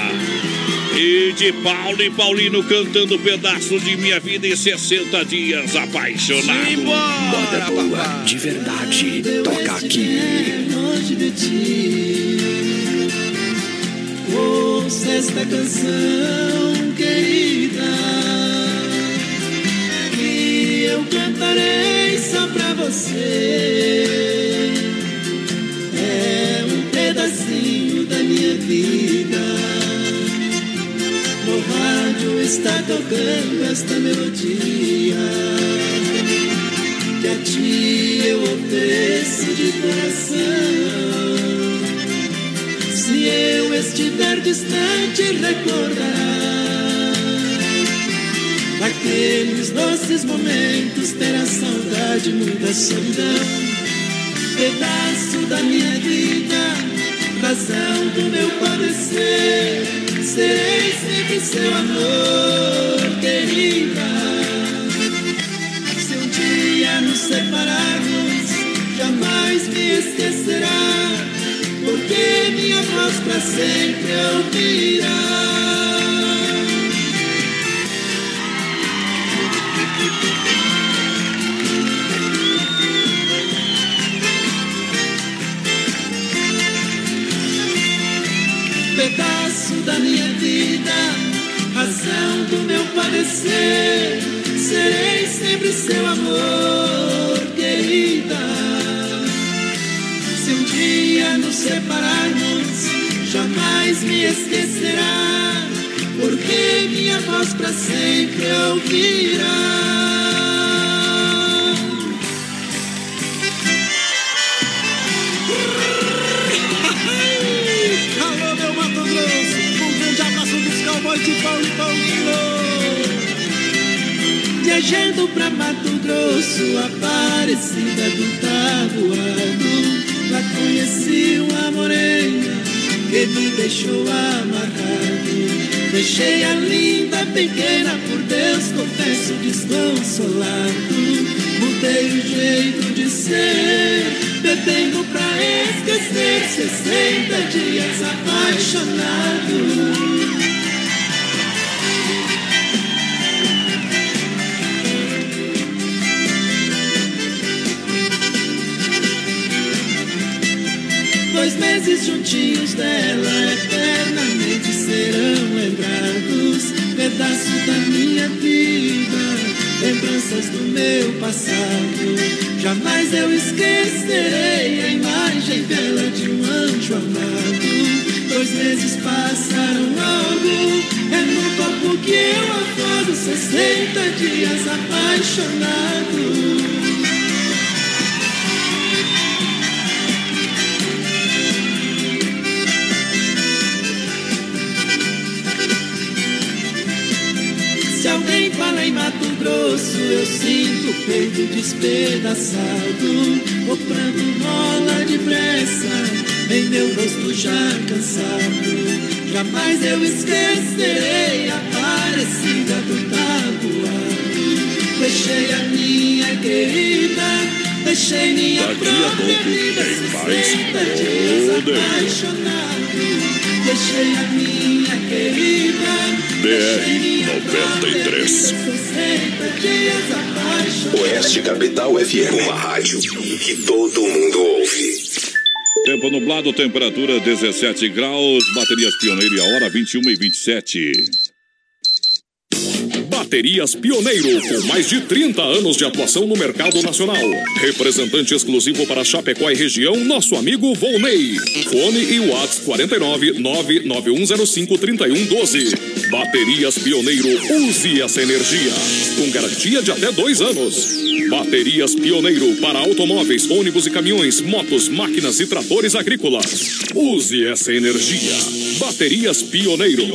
E de Paulo e Paulino cantando pedaço de minha vida em sessenta dias apaixonado. Moda boa, de verdade, toca aqui. Longe de ti, ouça esta canção querida, que eu cantarei só pra você. É um pedacinho da minha vida. No rádio está tocando esta melodia, que a ti eu ofereço de coração. Se eu estiver distante, recordará daqueles doces momentos, terá saudade, muita solidão. Pedaço da minha vida, razão do meu padecer, serei sempre seu amor, querida. Se um dia nos separarmos, jamais me esquecerá, porque minha voz pra sempre ouvirá. Pedaço da minha vida, razão do meu padecer, serei sempre seu amor, querida. Se um dia nos separarmos, jamais me esquecerá, porque minha voz pra sempre ouvirá. Alô, meu Mato Grosso, um grande abraço dos cowboys de pau e pau de Viajando pra Mato Grosso, Aparecida do Tabuado, lá conheci uma morena que me deixou amarrado. Deixei a linda pequena, por Deus confesso desconsolado. Mudei o jeito de ser, bebendo pra esquecer. Sessenta dias apaixonado. Dois meses juntinhos dela eternamente serão lembrados. Pedaço da minha vida, lembranças do meu passado. Jamais eu esquecerei a imagem dela de um anjo amado. Dois meses passaram logo, é no corpo que eu afogo. Sessenta dias apaixonado. Se alguém fala em Mato Grosso, eu sinto o peito despedaçado. O pranto rola depressa em meu rosto já cansado. Jamais eu esquecerei a Aparecida do Tabuado. Deixei a minha querida, deixei minha Daqui própria a pouco vida. tem sessenta mais dias rodeio. apaixonado. Deixei a minha querida, B R noventa e três. Oeste Capital F M, uma rádio que todo mundo ouve. Tempo nublado, temperatura dezessete graus, baterias Pioneiro e a hora vinte e uma e vinte e sete. Baterias Pioneiro, com mais de trinta anos de atuação no mercado nacional. Representante exclusivo para Chapecó e região, nosso amigo Volney. Fone e WhatsApp quatro nove nove nove um zero cinco três um um dois. Baterias Pioneiro, use essa energia. Com garantia de até dois anos. Baterias Pioneiro para automóveis, ônibus e caminhões, motos, máquinas e tratores agrícolas. Use essa energia. Baterias Pioneiro.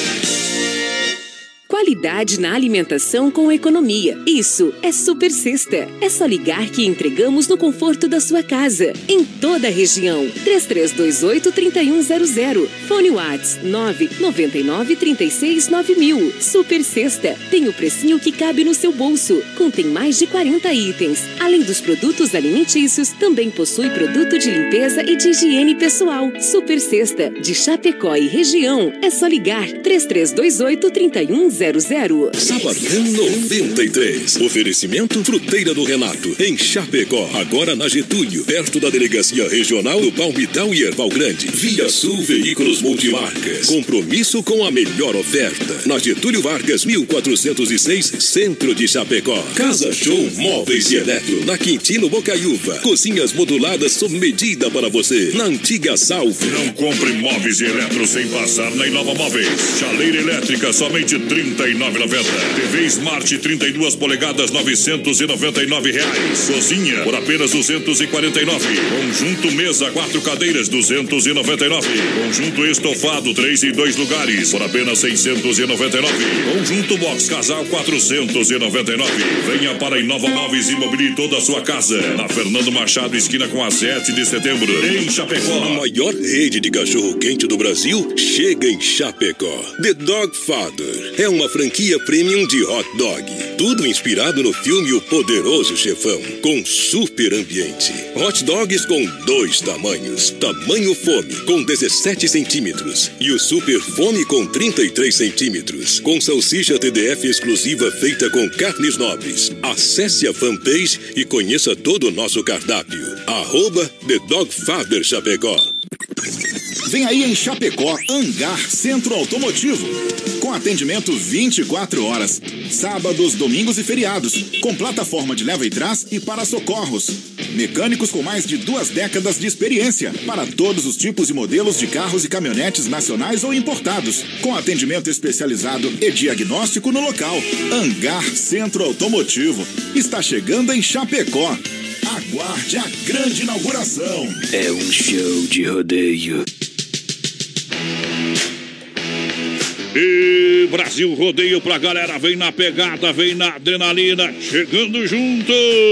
Qualidade na alimentação com economia. Isso é Super Sexta. É só ligar que entregamos no conforto da sua casa. Em toda a região. três três dois oito, três um zero zero. Fone WhatsApp nove nove nove, três seis nove mil. Super Sexta. Tem o precinho que cabe no seu bolso. Contém mais de quarenta itens. Além dos produtos alimentícios, também possui produto de limpeza e de higiene pessoal. Super Sexta. De Chapecó e região. É só ligar três três dois oito, três um zero zero. Sabadão noventa e três. Oferecimento Fruteira do Renato, em Chapecó. Agora na Getúlio, perto da Delegacia Regional do Palmital e Erval Grande. Via Sul Veículos Multimarcas. Compromisso com a melhor oferta. Na Getúlio Vargas, mil quatrocentos e seis, Centro de Chapecó. Casa Show Móveis e Eletro, na Quintino Bocaiúva. Cozinhas moduladas sob medida para você. Na Antiga Salve. Não compre móveis e eletro sem passar na Inova Móveis. Chaleira elétrica, somente trinta e nove reais e noventa centavos. T V Smart trinta e duas polegadas, novecentos e noventa e nove reais. Cozinha por apenas duzentos e quarenta e nove reais. Conjunto mesa, quatro cadeiras, duzentos e noventa e nove reais. Conjunto estofado, três e dois lugares, por apenas seiscentos e noventa e nove reais. Conjunto box casal, quatrocentos e noventa e nove reais. Venha para a Inova Móveis e mobilie toda a sua casa. Na Fernando Machado, esquina com a sete de setembro, em Chapecó. A maior rede de cachorro-quente do Brasil chega em Chapecó. The Dog Father é uma franquia premium de hot dog. Tudo inspirado no filme O Poderoso Chefão, com super ambiente. Hot dogs com dois tamanhos. Tamanho Fome, com dezessete centímetros. E o Super Fome, com trinta e três centímetros. Com salsicha T D F exclusiva feita com carnes nobres. Acesse a fanpage e conheça todo o nosso cardápio. Arroba The Dog Father Chapecó. Vem aí em Chapecó, Hangar Centro Automotivo. Com atendimento vinte e quatro horas. Sábados, domingos e feriados. Com plataforma de leva e trás e para socorros. Mecânicos com mais de duas décadas de experiência. Para todos os tipos e modelos de carros e caminhonetes nacionais ou importados. Com atendimento especializado e diagnóstico no local. Hangar Centro Automotivo. Está chegando em Chapecó. Aguarde a grande inauguração. É um show de rodeio. E Brasil Rodeio pra galera, vem na pegada, vem na adrenalina, chegando junto.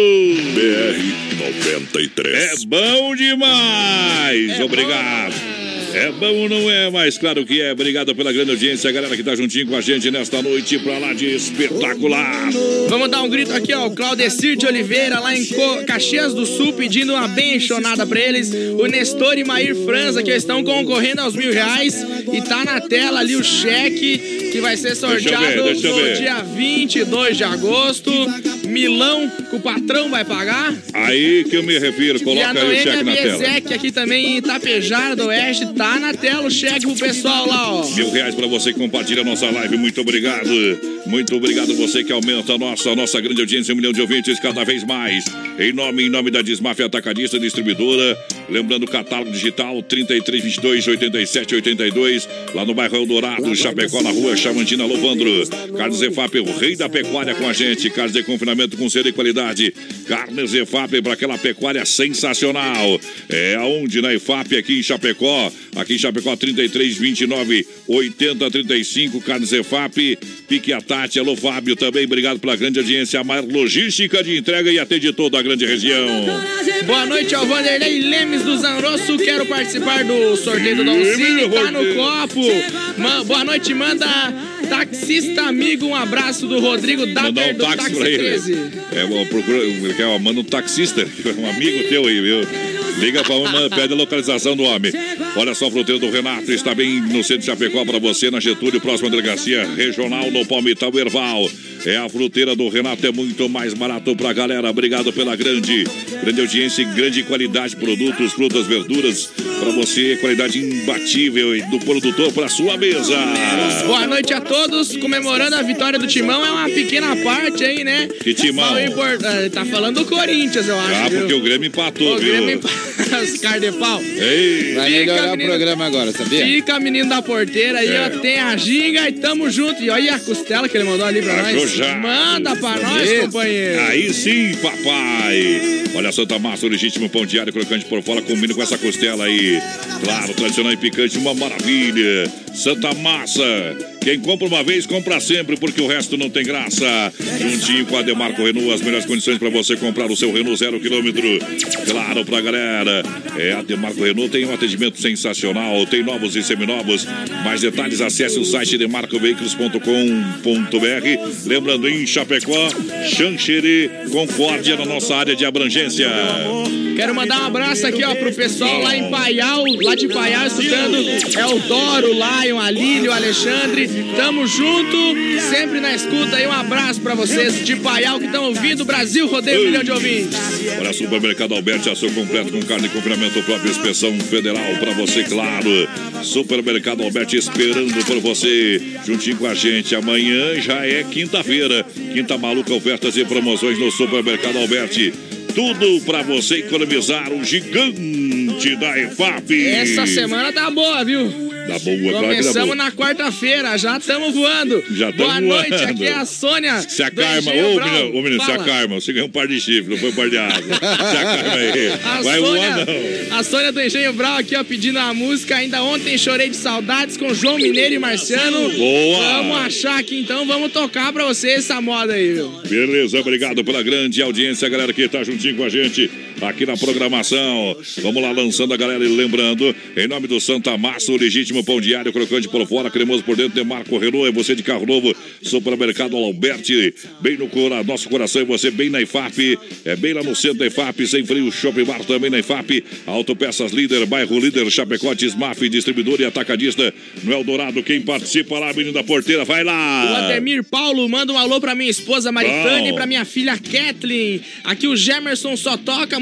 B R noventa e três. É bom demais, é obrigado. Bom. É bom ou não é? Mas claro que é. Obrigado pela grande audiência, a galera que tá juntinho com a gente nesta noite pra lá de espetacular. Vamos dar um grito aqui, ó. O Claudecir de Oliveira, lá em Co- Caxias do Sul, pedindo uma benchonada pra eles. O Nestor e Maír Franza, que estão concorrendo aos mil reais. E tá na tela ali o cheque que vai ser sorteado deixa eu ver, deixa eu ver. no dia vinte e dois de agosto. Milão, que o patrão vai pagar. Aí que eu me refiro, coloca aí o cheque na tela. Biesec aqui também em Itapejara do Oeste, tá na tela o cheque pro pessoal lá, ó. Mil reais pra você que compartilha a nossa live, muito obrigado. Muito obrigado você que aumenta a nossa, a nossa grande audiência, um milhão de ouvintes cada vez mais. Em nome, em nome da Desmaf Atacadista Distribuidora. Lembrando, catálogo digital trinta e três, vinte e dois, oitenta e sete, oitenta e dois. Lá no bairro Eldorado, Chapecó, na rua Chamantina, Lovandro. Carnes Efap, o rei da pecuária com a gente. Carnes de confinamento com selo e qualidade. Carnes Efap para aquela pecuária sensacional. É aonde na Efap, aqui em Chapecó. Aqui em Chapecó, trinta e três, vinte e nove, oitenta, trinta e cinco. Carnes Efap. Pique a Tati, alô Fábio também. Obrigado pela grande audiência. A maior logística de entrega e atende toda a grande região. Boa noite ao Vanderlei Lemes do Zanrosso. Quero participar do sorteio do Doncini. Tá no copo. Ma- boa noite, manda taxista amigo. Um abraço do Rodrigo Mandar Dater um do táxi Táxi pra ele. treze. É, eu procuro, ele quer, ó, manda um taxista, um amigo teu aí, viu? Liga pra um, pede a localização do homem. Olha só, a fruteira do Renato está bem no centro de Chapecó para você, na Getúlio, próxima delegacia regional, no Palmital Erval. É a fruteira do Renato, é muito mais barato pra galera. Obrigado pela grande, grande audiência e grande qualidade de produtos, frutas, verduras. Pra você, qualidade imbatível do produtor pra sua mesa. Boa noite a todos. Comemorando a vitória do Timão é uma pequena parte aí, né? Que Timão? Só import- ah, Tá falando do Corinthians, eu acho. Ah, porque viu? o Grêmio empatou, O viu? Grêmio empatou. Os cara de pau. Ei. Vai melhorar o programa agora, sabia? Fica, menino da porteira aí, É. ó. Tem a ginga e tamo junto. E olha a costela que ele mandou ali pra Achou nós. já. Manda pra nós, Isso. companheiro. Aí sim, papai. Olha a Santa Massa, o legítimo pão diário crocante por fora, combina com essa costela aí. Claro, tradicional e picante, uma maravilha. Santa Massa. Quem compra uma vez, compra sempre, porque o resto não tem graça. Juntinho com a Demarco Renault, as melhores condições para você comprar o seu Renault zero quilômetro. Claro, pra galera. É, a Demarco Renault tem um atendimento sensacional, tem novos e seminovos. Mais detalhes, acesse o site demarco veículos ponto com ponto b r. Lembrando, em Chapecó, Xanxerê, Concórdia, na nossa área de abrangência. Quero mandar um abraço aqui, ó, pro pessoal lá em Paial, lá de Paial, escutando. É o Doro, o Lion, a Lília, o Alexandre. Tamo junto, sempre na escuta. E um abraço pra vocês de Paial que estão ouvindo. Brasil Rodeio, um milhão de ouvintes. Olha, Supermercado Alberti, açougue completo com carne e confinamento próprio, inspeção federal pra você, claro. Supermercado Alberti esperando por você, juntinho com a gente. Amanhã já é quinta-feira. Quinta maluca, ofertas e promoções no Supermercado Alberti. Tudo pra você economizar, o gigante da E F A P. Essa semana tá boa, viu? Tá boa, claro que tá Começamos boa. na quarta-feira, já estamos voando. Já tamo Boa noite, voando. aqui é a Sônia. Se do acarma, Engenho ô Brau. menino, ô menino, se Fala. acarma. Você ganhou um par de chifre, não foi um par de asa. Se acarma aí. A Vai Sônia, voar, não. a Sônia do Engenho Brau aqui, ó, pedindo a música. Ainda ontem chorei de saudades com João Mineiro e Marciano. Boa! Vamos achar aqui então, vamos tocar pra você essa moda aí, viu? Beleza, obrigado pela grande audiência, galera que tá juntinho com a gente aqui na programação. Vamos lá, lançando a galera e lembrando, em nome do Santa Massa, o legítimo pão diário, crocante por fora, cremoso por dentro, Demarco Renault, é você de carro novo, Supermercado Alberti, bem no cora, nosso coração, é você bem na I F A P, é bem lá no centro da I F A P, sem frio, Shopping Bar também na I F A P, Autopeças Líder, Bairro Líder, Chapecó, Desmaf, distribuidor e atacadista no Eldorado. Quem participa lá, menino da porteira, vai O lá! Ademir Paulo manda um alô pra minha esposa Maritane Bom. e pra minha filha Kathleen. Aqui o Gemerson só toca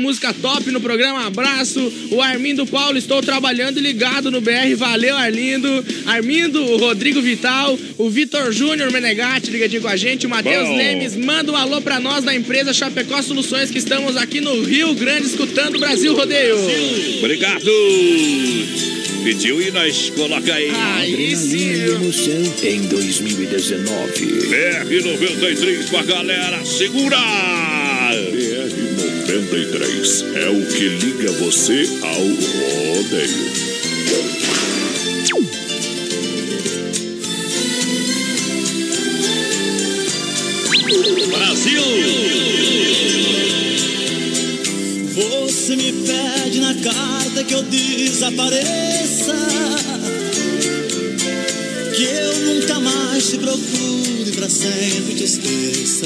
música top no programa. Abraço. O Armindo Paulo, estou trabalhando e ligado no B R. Valeu, Arlindo. Armindo, o Rodrigo Vital, o Vitor Júnior Menegatti, ligadinho com a gente. O Matheus Lemes, manda um alô pra nós da empresa Chapecó Soluções, que estamos aqui no Rio Grande escutando o Brasil Rodeio. Obrigado. Pediu e nós coloca aí. Aí sim. Emoção em dois mil e dezenove. B R noventa e três pra galera, segura! B R noventa e três é o que liga você ao rodeio. Brasil! Você me pede na carta que eu desapareça, que eu nunca mais te procure, pra sempre te esqueça.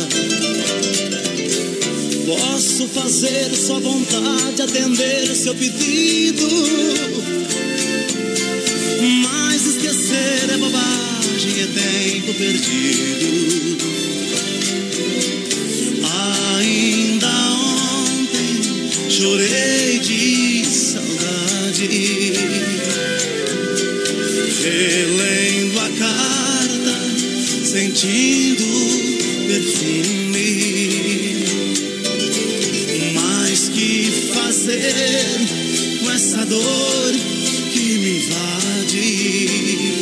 Posso fazer sua vontade, atender o seu pedido, mas esquecer é bobagem, é tempo perdido. Ainda ontem chorei de saudade, relendo a carta, sentindo perfume. Mas que fazer com essa dor que me invade?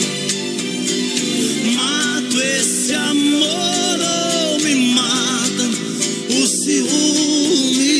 Mato esse amor ou me mata o ciúme?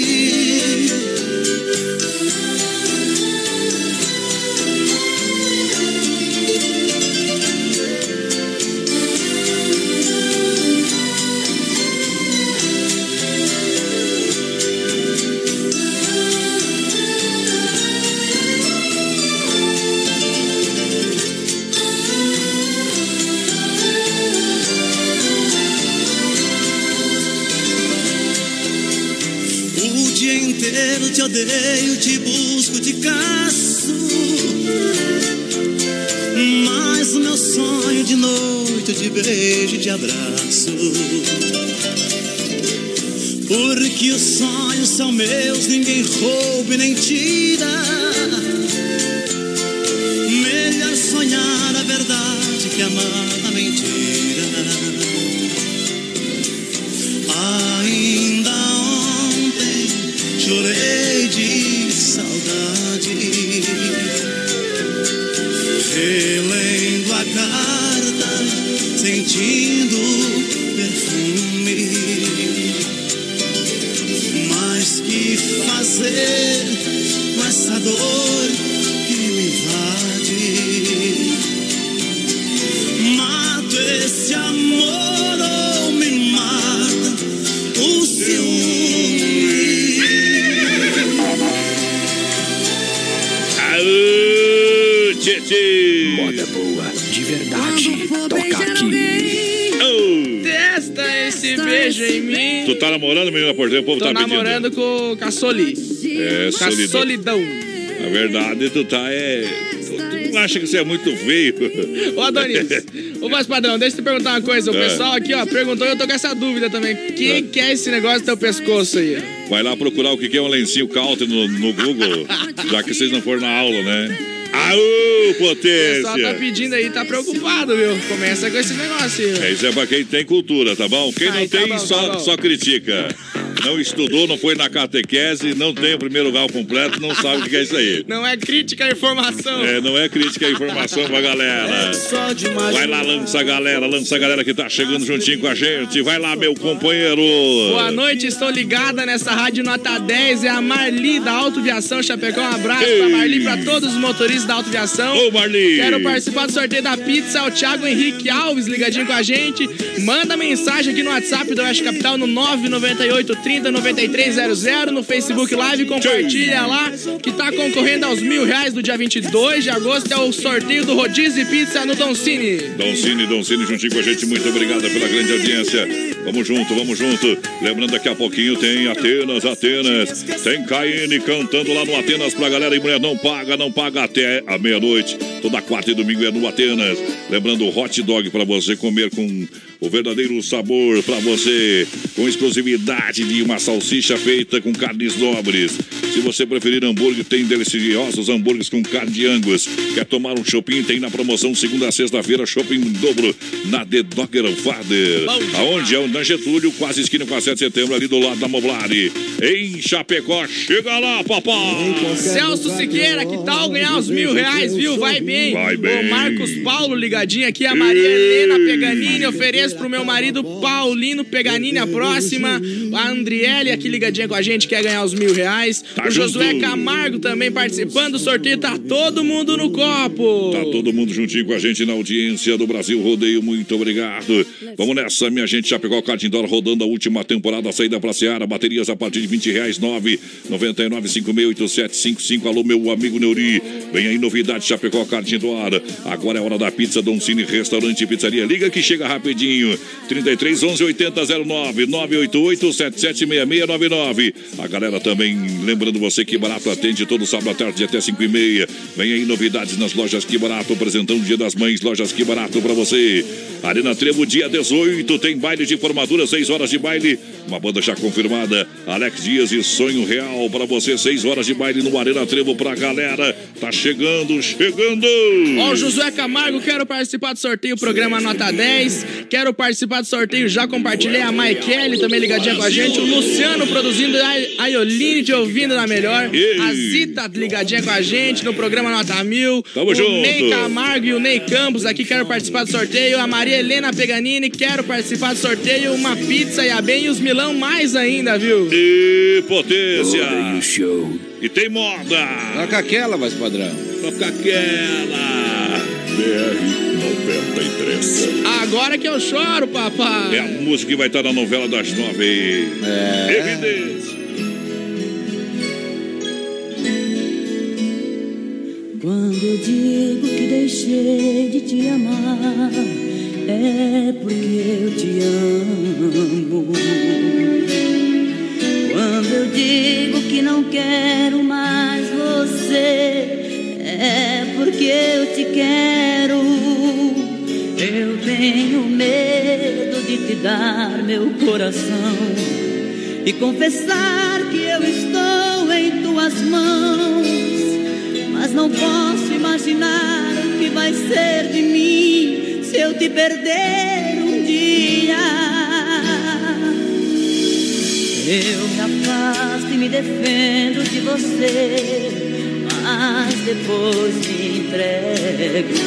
Eu te odeio, te busco, te caço, mas o meu sonho de noite eu te beijo e te abraço. Porque os sonhos são meus, ninguém rouba e nem tira. Melhor sonhar a verdade que amar a mentira. Ainda chorei de saudade, relendo a carta, sentindo perfume. Mas que fazer com essa dor que me invade? Mato esse amor ou me mata o ciúme? Moda boa, de verdade, toca aqui. Oh. Testa esse beijo em mim. Tu tá namorando, menina porteira? O povo Tô tá pedindo. Tô namorando com, com a Soli. É, com a solidão. solidão. Na verdade, tu tá é... Tu, tu acha que você é muito feio. Ô, Adonis, ô, voz padrão, deixa eu te perguntar uma coisa. O é. pessoal aqui, ó, perguntou e eu tô com essa dúvida também. Quem é. que é esse negócio do teu pescoço aí? Vai lá procurar o que é um lencinho Calter no, no Google, já que vocês não foram na aula, né? Aô, potência! O pessoal tá pedindo aí, tá preocupado, viu? Começa com esse negócio aí. É, isso é pra quem tem cultura, tá bom? Quem Ai, não tá tem, bom, só, tá bom. só critica. Não estudou, não foi na catequese, não tem o primeiro grau completo, não sabe o que é isso aí. Não é crítica à informação. É, não é crítica à informação pra galera. Vai lá, lança a galera, lança a galera que tá chegando juntinho com a gente. Vai lá, meu companheiro. Boa noite, estou ligada nessa rádio nota dez. É a Marli da Autoviação Chapecó. Um abraço Ei. pra Marli, pra todos os motoristas da Autoviação. Ô, Marli. Quero participar do sorteio da pizza. O Thiago Henrique Alves ligadinho com a gente. Manda mensagem aqui no WhatsApp do Oeste Capital no nove nove oito, trinta, noventa e três zero zero. No Facebook Live, compartilha lá que tá concorrendo aos mil reais do dia vinte e dois de agosto. É o sorteio do rodízio e pizza no Don Cine. Don Cine, Don Cine juntinho com a gente. Muito obrigado pela grande audiência. Vamos junto, vamos junto. Lembrando, daqui a pouquinho tem Atenas, Atenas. Tem Caine cantando lá no Atenas pra galera. E mulher não paga, não paga até a meia-noite. Toda quarta e domingo é no Atenas. Lembrando, o hot dog pra você comer com o verdadeiro sabor pra você. Com exclusividade de uma salsicha feita com carnes nobres. Se você preferir hambúrguer, tem deliciosos hambúrgueres com carne de Angus. Quer tomar um shopping? Tem na promoção segunda a sexta-feira, shopping em dobro na The Dogger Father. Aonde? É na Getúlio, quase esquina com a sete de setembro, ali do lado da Moblari. Em Chapecó, chega lá, papai! Celso Siqueira, que tal ganhar os mil reais, viu? Vai bem. Vai bem. O Marcos Paulo ligadinho aqui, a Maria Helena Peganini, ofereço pro meu marido Paulino Peganini a próxima. A Andriele aqui ligadinha com a gente, quer ganhar os mil reais. Tá o Josué junto. Camargo também participando do sorteio, tá todo mundo no copo. Tá todo mundo juntinho com a gente na audiência do Brasil Rodeio, muito obrigado. Vamos nessa, minha gente, Chapecó Kart Indoor rodando a última temporada, saída pra Seara, baterias a partir de vinte reais, nove nove nove cinco seis oito sete cinco cinco. Alô, meu amigo Neuri, vem aí novidade, Chapecó Kart Indoor. Agora é hora da pizza, Don Cine Restaurante e Pizzaria. Liga que chega rapidinho, trinta e três, onze, oitenta, zero nove, nove oito oito, sete sete seis seis nove nove. A galera também, lembrando você que Barato atende todo sábado à tarde até cinco e meia. Vem aí novidades nas lojas Que Barato, apresentando o Dia das Mães, lojas Que Barato pra você. Arena Trevo, dia dezoito, tem baile de formatura, seis horas de baile. Uma banda já confirmada, Alex Dias e Sonho Real pra você, seis horas de baile no Arena Trevo pra galera. Tá chegando, chegando. Ó, o Josué Camargo, quero participar do sorteio, programa Nota dez. Quero participar do sorteio, já compartilhei. A Maikele também ligadinha com a gente. O Luciano produzindo, a Ioline te ouvindo na melhor. Ei. A Zita ligadinha com a gente no programa Nota Mil. Tamo o junto. Ney Camargo e o Ney Campos aqui, quero participar do sorteio. A Maria Helena Peganini, quero participar do sorteio. Uma pizza e a bem e os milão mais ainda, viu? E potência. Show. E tem moda. Toca aquela, mais padrão. Toca aquela. B R noventa e três. Agora que eu choro, papai. É a música que vai estar na novela das nove. É. Evidência. Quando eu digo que deixei de te amar, é porque eu te amo. Quando eu digo que não quero mais você, é porque eu te quero. Eu tenho medo de te dar meu coração e confessar que eu estou em tuas mãos, mas não posso imaginar o que vai ser de mim se eu te perder um dia. Eu me afasto e me defendo de você, mas depois me entrego.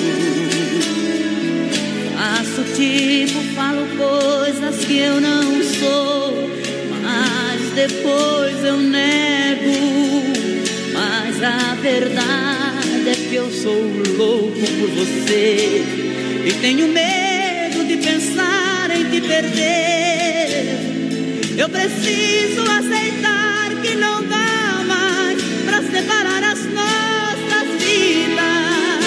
Faço tipo, falo coisas que eu não sou, mas depois eu nego. Mas a verdade é que eu sou louco por você e tenho medo de pensar em te perder. Eu preciso aceitar que não dá mais pra separar as nossas vidas.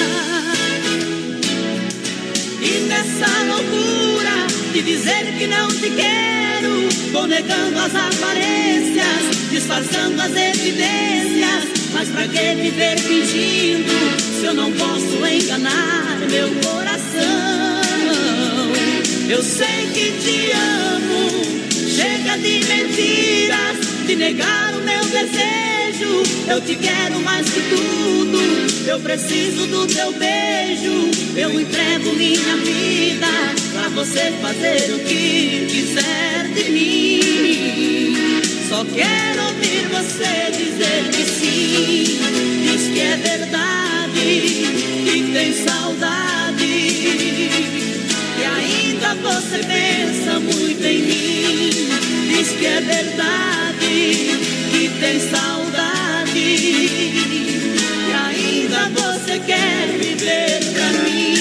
E nessa loucura de dizer que não te quero, vou negando as aparências, disfarçando as evidências. Mas pra que viver fingindo se eu não posso enganar meu coração? Eu sei que te amo, chega de mentiras, de negar o meu desejo. Eu te quero mais que tudo, eu preciso do teu beijo. Eu entrego minha vida pra você fazer o que quiser de mim. Só quero ouvir você dizer que sim, diz que é verdade, que tem saudade, e ainda você pensa muito em mim. Diz que é verdade, que tem saudade, e ainda você quer viver pra mim.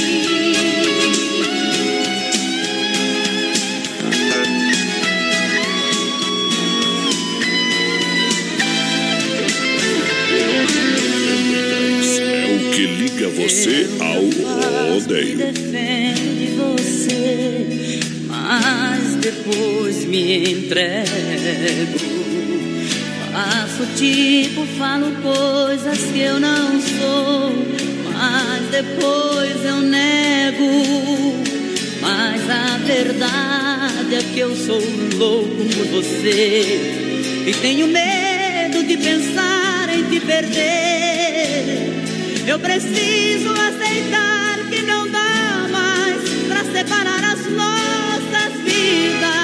Que liga você ao rodeio. Defende você, mas depois me entrego. Faço tipo, falo coisas que eu não sou, mas depois eu nego. Mas a verdade é que eu sou louco por você e tenho medo de pensar em te perder. Eu preciso aceitar que não dá mais pra separar as nossas vidas.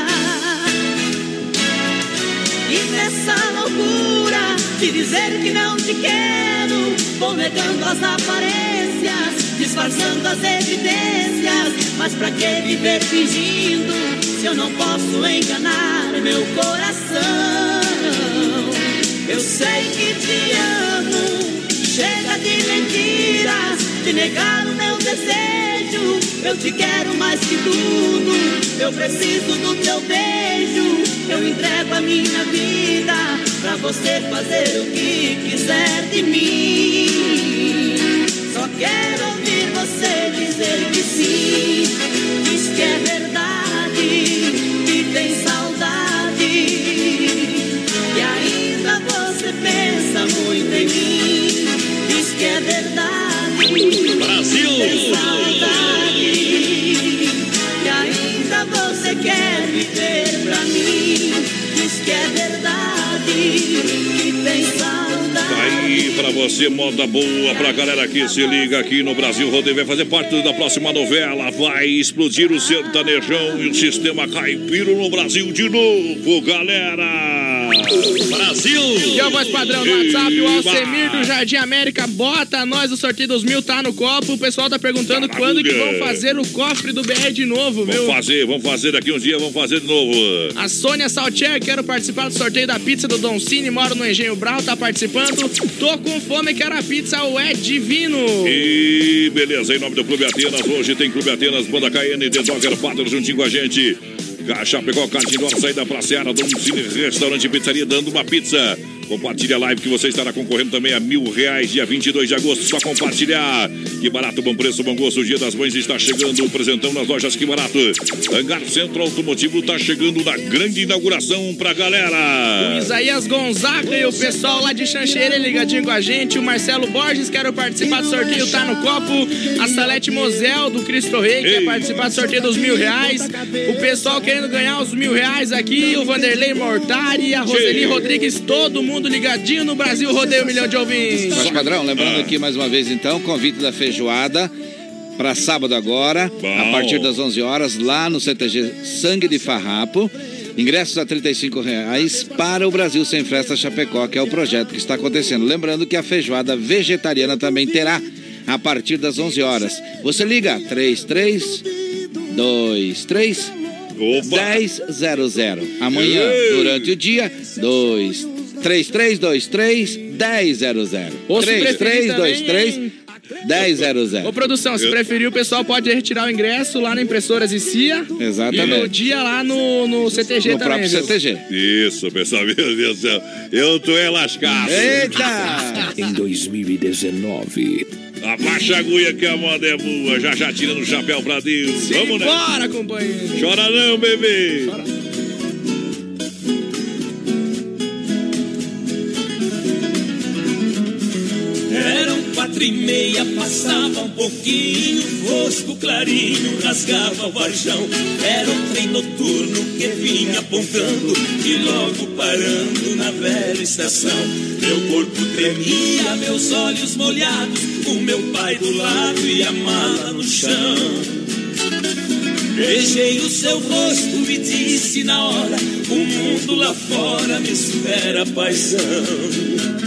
E nessa loucura de dizer que não te quero, vou negando as aparências, disfarçando as evidências. Mas pra que viver fingindo se eu não posso enganar meu coração? Eu sei que te amo, chega de mentiras, de negar o meu desejo. Eu te quero mais que tudo, eu preciso do teu beijo. Eu entrego a minha vida pra você fazer o que quiser de mim. Só quero ouvir você dizer que sim, diz que é verdade, que tem saudade, e ainda você pensa muito em mim. Diz que é verdade, Brasil, tem saudade, e ainda você quer viver pra mim. Diz que é verdade, que tem saudade. Tá aí pra você, moda boa pra galera que se liga aqui no Brasil Rodeio. Vai fazer parte da próxima novela. Vai explodir o sertanejão e o sistema caipiro no Brasil de novo, galera. Brasil! E a voz padrão no WhatsApp, o Alcemir do Jardim América. Bota nós, o sorteio dos mil tá no copo. O pessoal tá perguntando tá quando que vão fazer o cofre do B R de novo, viu? Vamos fazer, vamos fazer daqui uns dias, vamos fazer de novo. A Sônia Saltier, quero participar do sorteio da pizza do Don Cine, moro no Engenho Brau, tá participando. Tô com fome, quero a pizza, o é divino. E beleza, em nome do Clube Atenas, hoje tem Clube Atenas, Banda K N, The Dogger Father juntinho com a gente. Chapecó, Cardinó, saída pra Seara, Dom Cine, restaurante e pizzaria, dando uma pizza. Compartilhe a live que você estará concorrendo também a mil reais, dia vinte e dois de agosto. Só compartilhar. Que barato, bom preço, bom gosto. O Dia das Mães está chegando. O presentão nas lojas Que Barato. Hangar Centro Automotivo está chegando na grande inauguração pra galera. O Isaías Gonzaga e o pessoal lá de Xanxerê ligadinho com a gente. O Marcelo Borges, quero participar do sorteio, tá no copo. A Salete Mosel do Cristo Rei, quer participar do sorteio dos mil reais. O pessoal querendo ganhar os mil reais aqui. O Vanderlei Mortari, a Roseli Rodrigues, todo mundo ligadinho no Brasil Rodeio um milhão de ouvintes. Mas, padrão, lembrando aqui mais uma vez então, convite da feijoada para sábado agora, Bom. a partir das onze horas, lá no C T G Sangue de Farrapo. Ingressos a trinta e cinco reais para o Brasil Sem Festa Chapecó, que é o projeto que está acontecendo. Lembrando que a feijoada vegetariana também terá a partir das onze horas. Você liga três três dois três dez zero zero. Amanhã, Ei. durante o dia, dois três três dois três dez zero zero. três três dois três dez zero zero. Ô, produção, se preferir, o pessoal pode retirar o ingresso lá na Impressoras e C I A. Exatamente. E no dia lá no, no C T G no também. próprio viu? C T G. Isso, pessoal, meu Deus do céu. Eu tô é lascado. Eita! Em dois mil e dezenove. Abaixa a agulha que a moda é boa. Já já tirando o chapéu pra Deus. Vamos, né? Bora, companheiro. Chora não, bebê. Chora. Eram quatro e meia, passava um pouquinho, fosco clarinho, rasgava o varjão. Era um trem noturno que vinha apontando e logo parando na velha estação. Meu corpo tremia, meus olhos molhados, o meu pai do lado e a mala no chão. Beijei o seu rosto e disse na hora: o mundo lá fora me espera, paizão.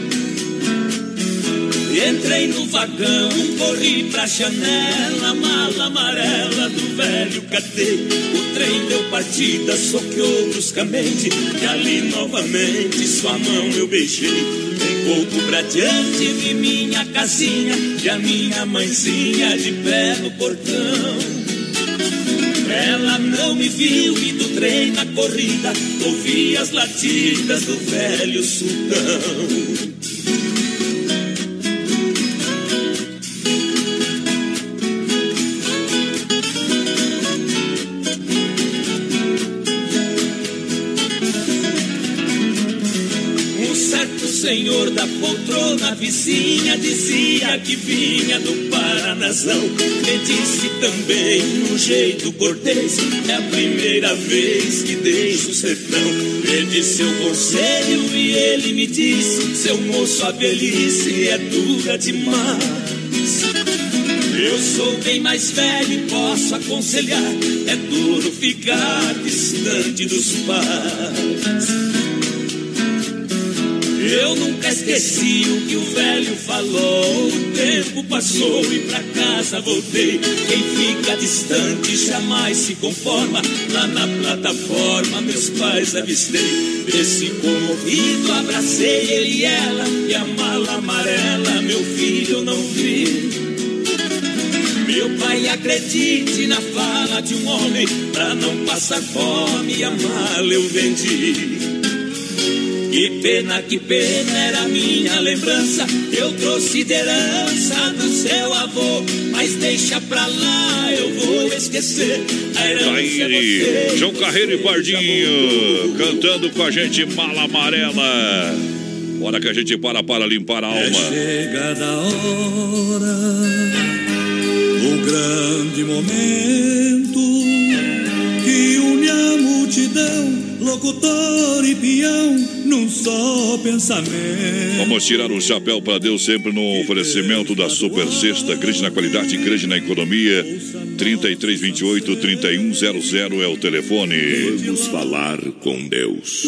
Entrei no vagão, corri pra janela, mala amarela do velho catei. O trem deu partida, soqueou bruscamente, e ali novamente sua mão eu beijei. Um pouco pra diante vi minha casinha e a minha mãezinha de pé no portão. Ela não me viu e do trem na corrida ouvi as latidas do velho sultão. senhor da poltrona vizinha dizia que vinha do Paranazão. Me disse também num jeito cortês, é a primeira vez que deixo o sertão. Pedi seu conselho e ele me disse: seu moço, a velhice é dura demais. Eu sou bem mais velho e posso aconselhar, é duro ficar distante dos pais. Eu nunca esqueci o que o velho falou. O tempo passou e pra casa voltei. Quem fica distante jamais se conforma. Lá na plataforma meus pais avistei. Desci comovido, abracei ele e ela. E a mala amarela, meu filho, eu não vi. Meu pai, acredite na fala de um homem. Pra não passar fome, a mala eu vendi. Que pena, que pena, era minha lembrança. Eu trouxe de herança do seu avô. Mas deixa pra lá, eu vou esquecer. A herança aí, é você, João Carreiro e Pardinho cantando com a gente Mala Amarela. Hora que a gente para para limpar a alma. É chegada a hora, o grande momento que une a multidão, locutor e peão num só pensamento. Vamos tirar o chapéu para Deus sempre no oferecimento da Super Sexta. Grande na qualidade, grande na economia. trinta e três vinte e oito, trinta e um zero zero é o telefone. Vamos falar com Deus.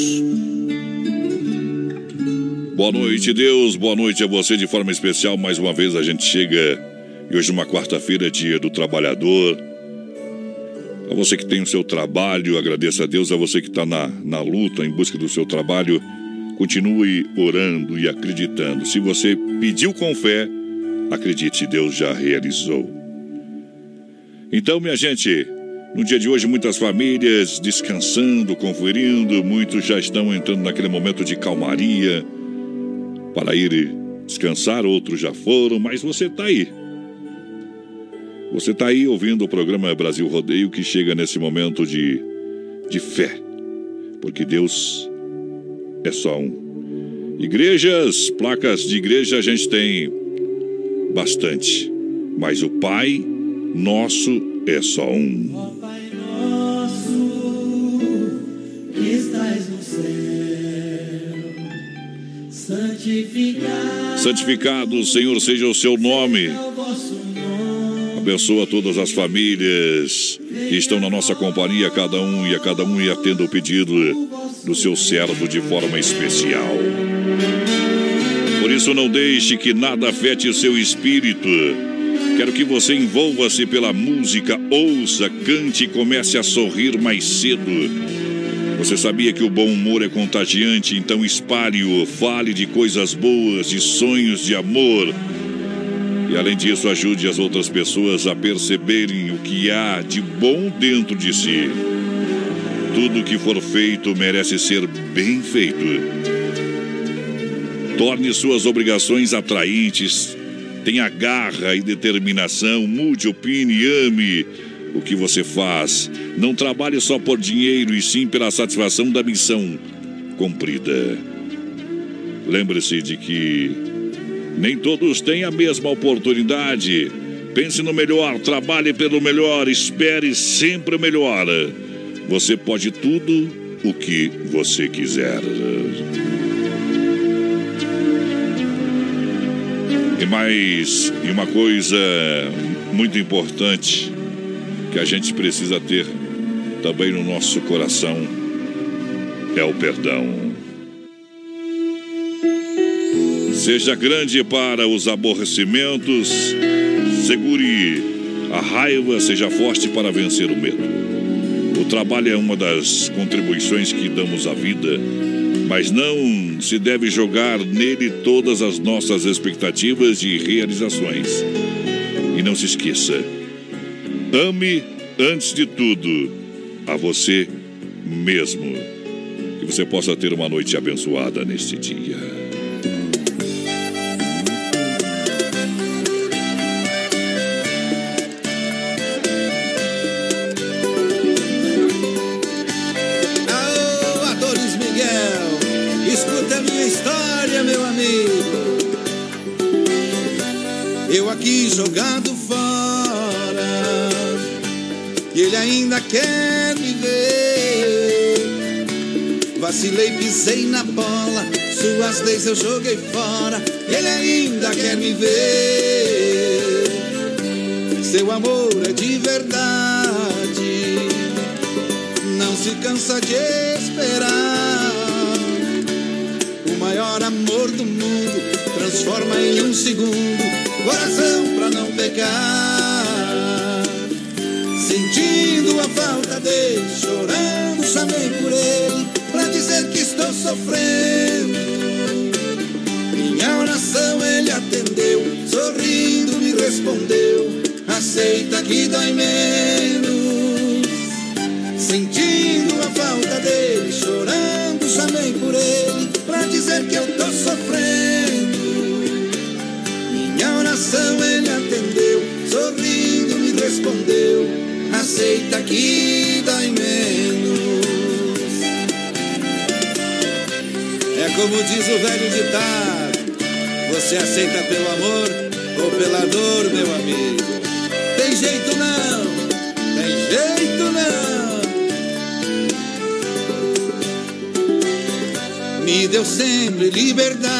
Boa noite, Deus. Boa noite a você de forma especial. Mais uma vez a gente chega. E hoje uma quarta-feira, dia do trabalhador. A você que tem o seu trabalho, agradeça a Deus. A você que está na, na luta, em busca do seu trabalho, continue orando e acreditando. Se você pediu com fé, acredite, Deus já realizou. Então, minha gente, no dia de hoje, muitas famílias descansando, conferindo. Muitos já estão entrando naquele momento de calmaria para ir descansar, outros já foram, mas você está aí. Você está aí ouvindo o programa Brasil Rodeio, que chega nesse momento de, de fé, porque Deus é só um. Igrejas, placas de igreja a gente tem bastante, mas o Pai Nosso é só um. Ó Pai nosso, que estás no céu, santificado, santificado, Senhor, seja o seu nome. Abençoa todas as famílias que estão na nossa companhia, cada um e a cada um, e atenda o pedido do seu servo de forma especial. Por isso, não deixe que nada afete o seu espírito. Quero que você envolva-se pela música, ouça, cante e comece a sorrir mais cedo. Você sabia que o bom humor é contagiante? Então espalhe-o, fale de coisas boas, de sonhos de amor. E além disso, ajude as outras pessoas a perceberem o que há de bom dentro de si. Tudo que for feito merece ser bem feito. Torne suas obrigações atraentes. Tenha garra e determinação. Mude, opine, ame o que você faz. Não trabalhe só por dinheiro, e sim pela satisfação da missão cumprida. Lembre-se de que nem todos têm a mesma oportunidade. Pense no melhor, trabalhe pelo melhor, espere sempre o melhor. Você pode tudo o que você quiser. E mais, e uma coisa muito importante que a gente precisa ter também no nosso coração é o perdão. Seja grande para os aborrecimentos, segure a raiva, seja forte para vencer o medo. O trabalho é uma das contribuições que damos à vida, mas não se deve jogar nele todas as nossas expectativas e realizações. E não se esqueça, ame antes de tudo a você mesmo. Que você possa ter uma noite abençoada neste dia. Meu amigo. e ele ainda quer me ver. Vacilei, pisei na bola, suas leis eu joguei fora, e ele ainda quer me ver. Seu amor é de verdade, não se cansa de esperar. O maior amor do mundo transforma em um segundo coração pra não pecar. Sentindo a falta dele, chorando, chamei por ele pra dizer que estou sofrendo. Minha oração ele atendeu, sorrindo me respondeu: aceita que dói menos. Sentindo a falta dele, chorando, chamei por ele pra dizer que eu tô sofrendo. Minha oração ele atendeu, sorrindo me respondeu: aceita que dói menos. É como diz o velho ditado: você aceita pelo amor ou pela dor, meu amigo? Tem jeito não, tem jeito não. Me deu sempre liberdade,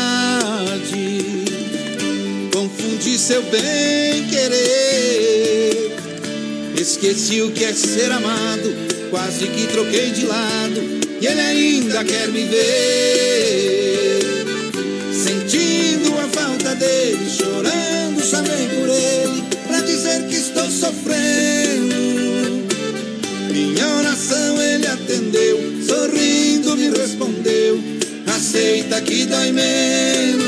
confundi seu bem-querer. Esqueci o que é ser amado, quase que troquei de lado, e ele ainda quer me ver. Sentindo a falta dele, chorando, chamei por ele pra dizer que estou sofrendo. Minha oração ele atendeu, sorrindo me respondeu: aceita que dói menos.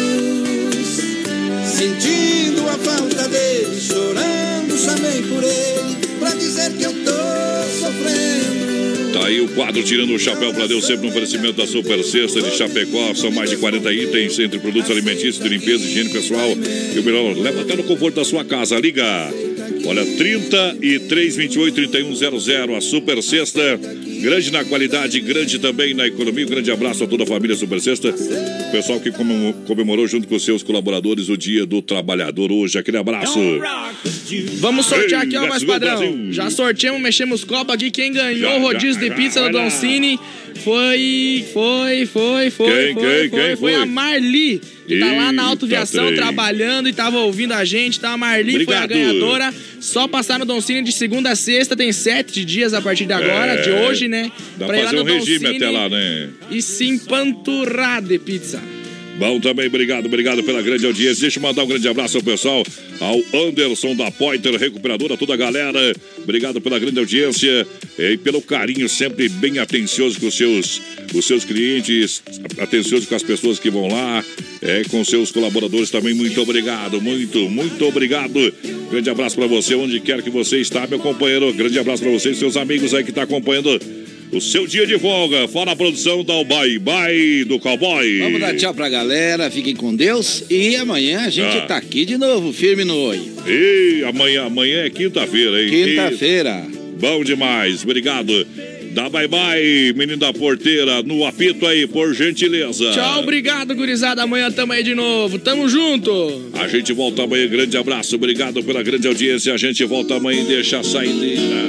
Sentindo a falta dele, chorando, chamei por ele pra dizer que eu tô sofrendo. Tá aí o quadro Tirando o Chapéu pra Deus, sempre no oferecimento da Super Sexta de Chapecó. São mais de quarenta itens entre produtos alimentícios, de limpeza, higiene pessoal e o melhor, leva até no conforto da sua casa. Liga, olha, trinta e três, vinte e oito, trinta e um zero zero. A Super Sexta, grande na qualidade, grande também na economia. Um grande abraço a toda a família Super Sexta. O pessoal que comemorou junto com os seus colaboradores o Dia do Trabalhador hoje. Aquele abraço. Vamos sortear aqui, ó, mais padrão. Já sorteamos, mexemos copos aqui. Quem ganhou já, o rodízio já, de pizza já, do Don Cine foi, foi, foi, foi, quem, foi, quem, foi, quem foi a Marli, que tá lá na autoviação trem. trabalhando e tava ouvindo a gente, tá? A Marli Obrigado. foi a ganhadora. Só passar no Don Cine de segunda a sexta, tem sete dias a partir de agora, é, de hoje, né? Dá pra fazer ir lá no um Don regime Cine até lá, né? E se empanturrar de pizza. Bom também, obrigado, obrigado pela grande audiência. Deixa eu mandar um grande abraço ao pessoal, ao Anderson da Pointer Recuperadora, toda a galera. Obrigado pela grande audiência e pelo carinho sempre bem atencioso com os seus, os seus clientes, atencioso com as pessoas que vão lá, é, com seus colaboradores também. Muito obrigado, muito, muito obrigado. Grande abraço para você, onde quer que você está, meu companheiro. Grande abraço para você e seus amigos aí que estão acompanhando o seu dia de folga. Fala a produção, dá o bye bye do cowboy. Vamos dar tchau pra galera, fiquem com Deus. E amanhã a gente ah. tá aqui de novo, firme no oi. E amanhã, amanhã é quinta-feira, hein? Quinta-feira. E... Bom demais, obrigado. Dá bye bye, menino da porteira, no apito aí, por gentileza. Tchau, obrigado, gurizada. Amanhã tamo aí de novo, tamo junto. A gente volta amanhã, grande abraço, obrigado pela grande audiência. A gente volta amanhã e deixa a saideira.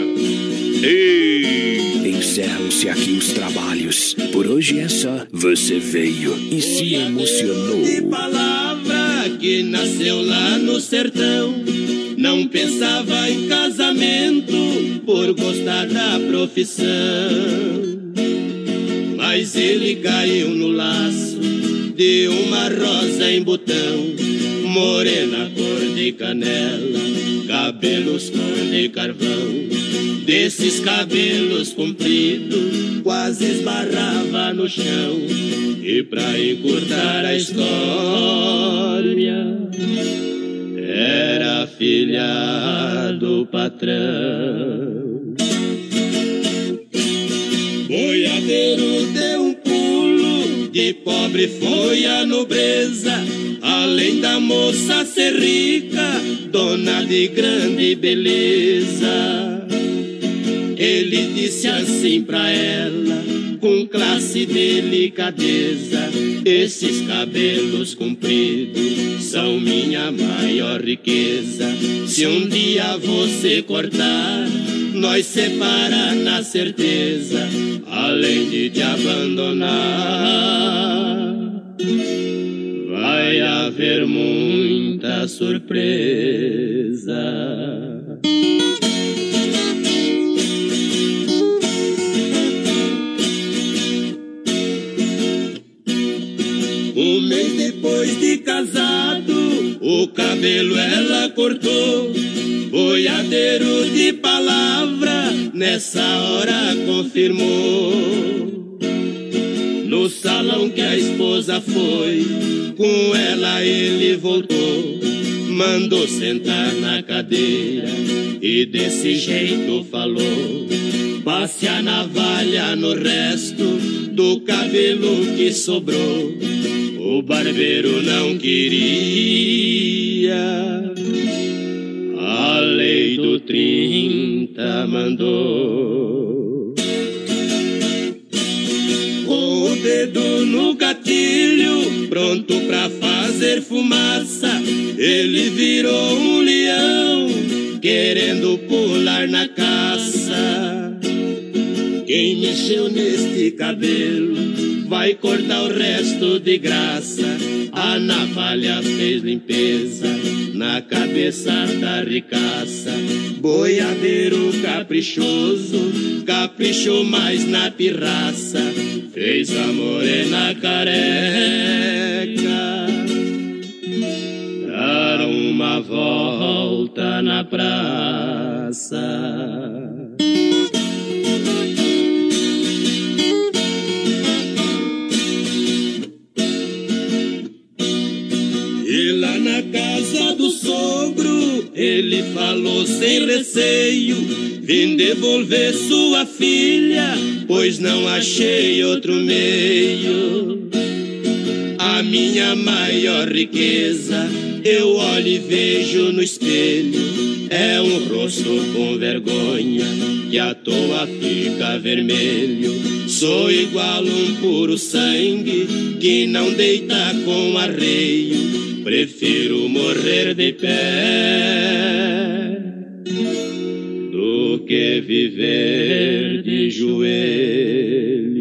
E... Encerram-se aqui os trabalhos. Por hoje é só. Você veio e se emocionou. Que palavra que nasceu lá no sertão. Não pensava em casamento por gostar da profissão. Mas ele caiu no laço de uma rosa em botão. Morena cor de canela, cabelos cor de carvão. Desses cabelos compridos quase esbarrava no chão. E pra encurtar a história, era filha do patrão. Boiadeiro deu um pulo, de pobre foi a nobreza. Além da moça ser rica, dona de grande beleza. Ele disse assim pra ela, com classe e delicadeza: esses cabelos compridos são minha maior riqueza. Se um dia você cortar, nós separa na certeza, além de te abandonar. Vai haver muita surpresa. Um mês depois de casado, o cabelo ela cortou. Boiadeiro de palavra, nessa hora confirmou. No salão que a esposa foi, com ela ele voltou. Mandou sentar na cadeira e desse jeito falou: passe a navalha no resto do cabelo que sobrou. O barbeiro não queria, a lei do trinta mandou. Com o dedo no gatilho, pronto pra fazer fumaça, ele virou um leão, querendo pular na caça. Quem mexeu neste cabelo vai cortar o resto de graça. A navalha fez limpeza na cabeça da ricaça. Boiadeiro caprichoso, caprichou mais na pirraça. Fez a morena careca dar uma volta na praça. E lá na casa do sogro, ele falou sem receio: vim devolver sua filha, pois não achei outro meio. A minha maior riqueza, eu olho e vejo no espelho, é um rosto com vergonha, que à toa fica vermelho. Sou igual um puro sangue, que não deita com arreio. Prefiro morrer de pé do que viver de joelho.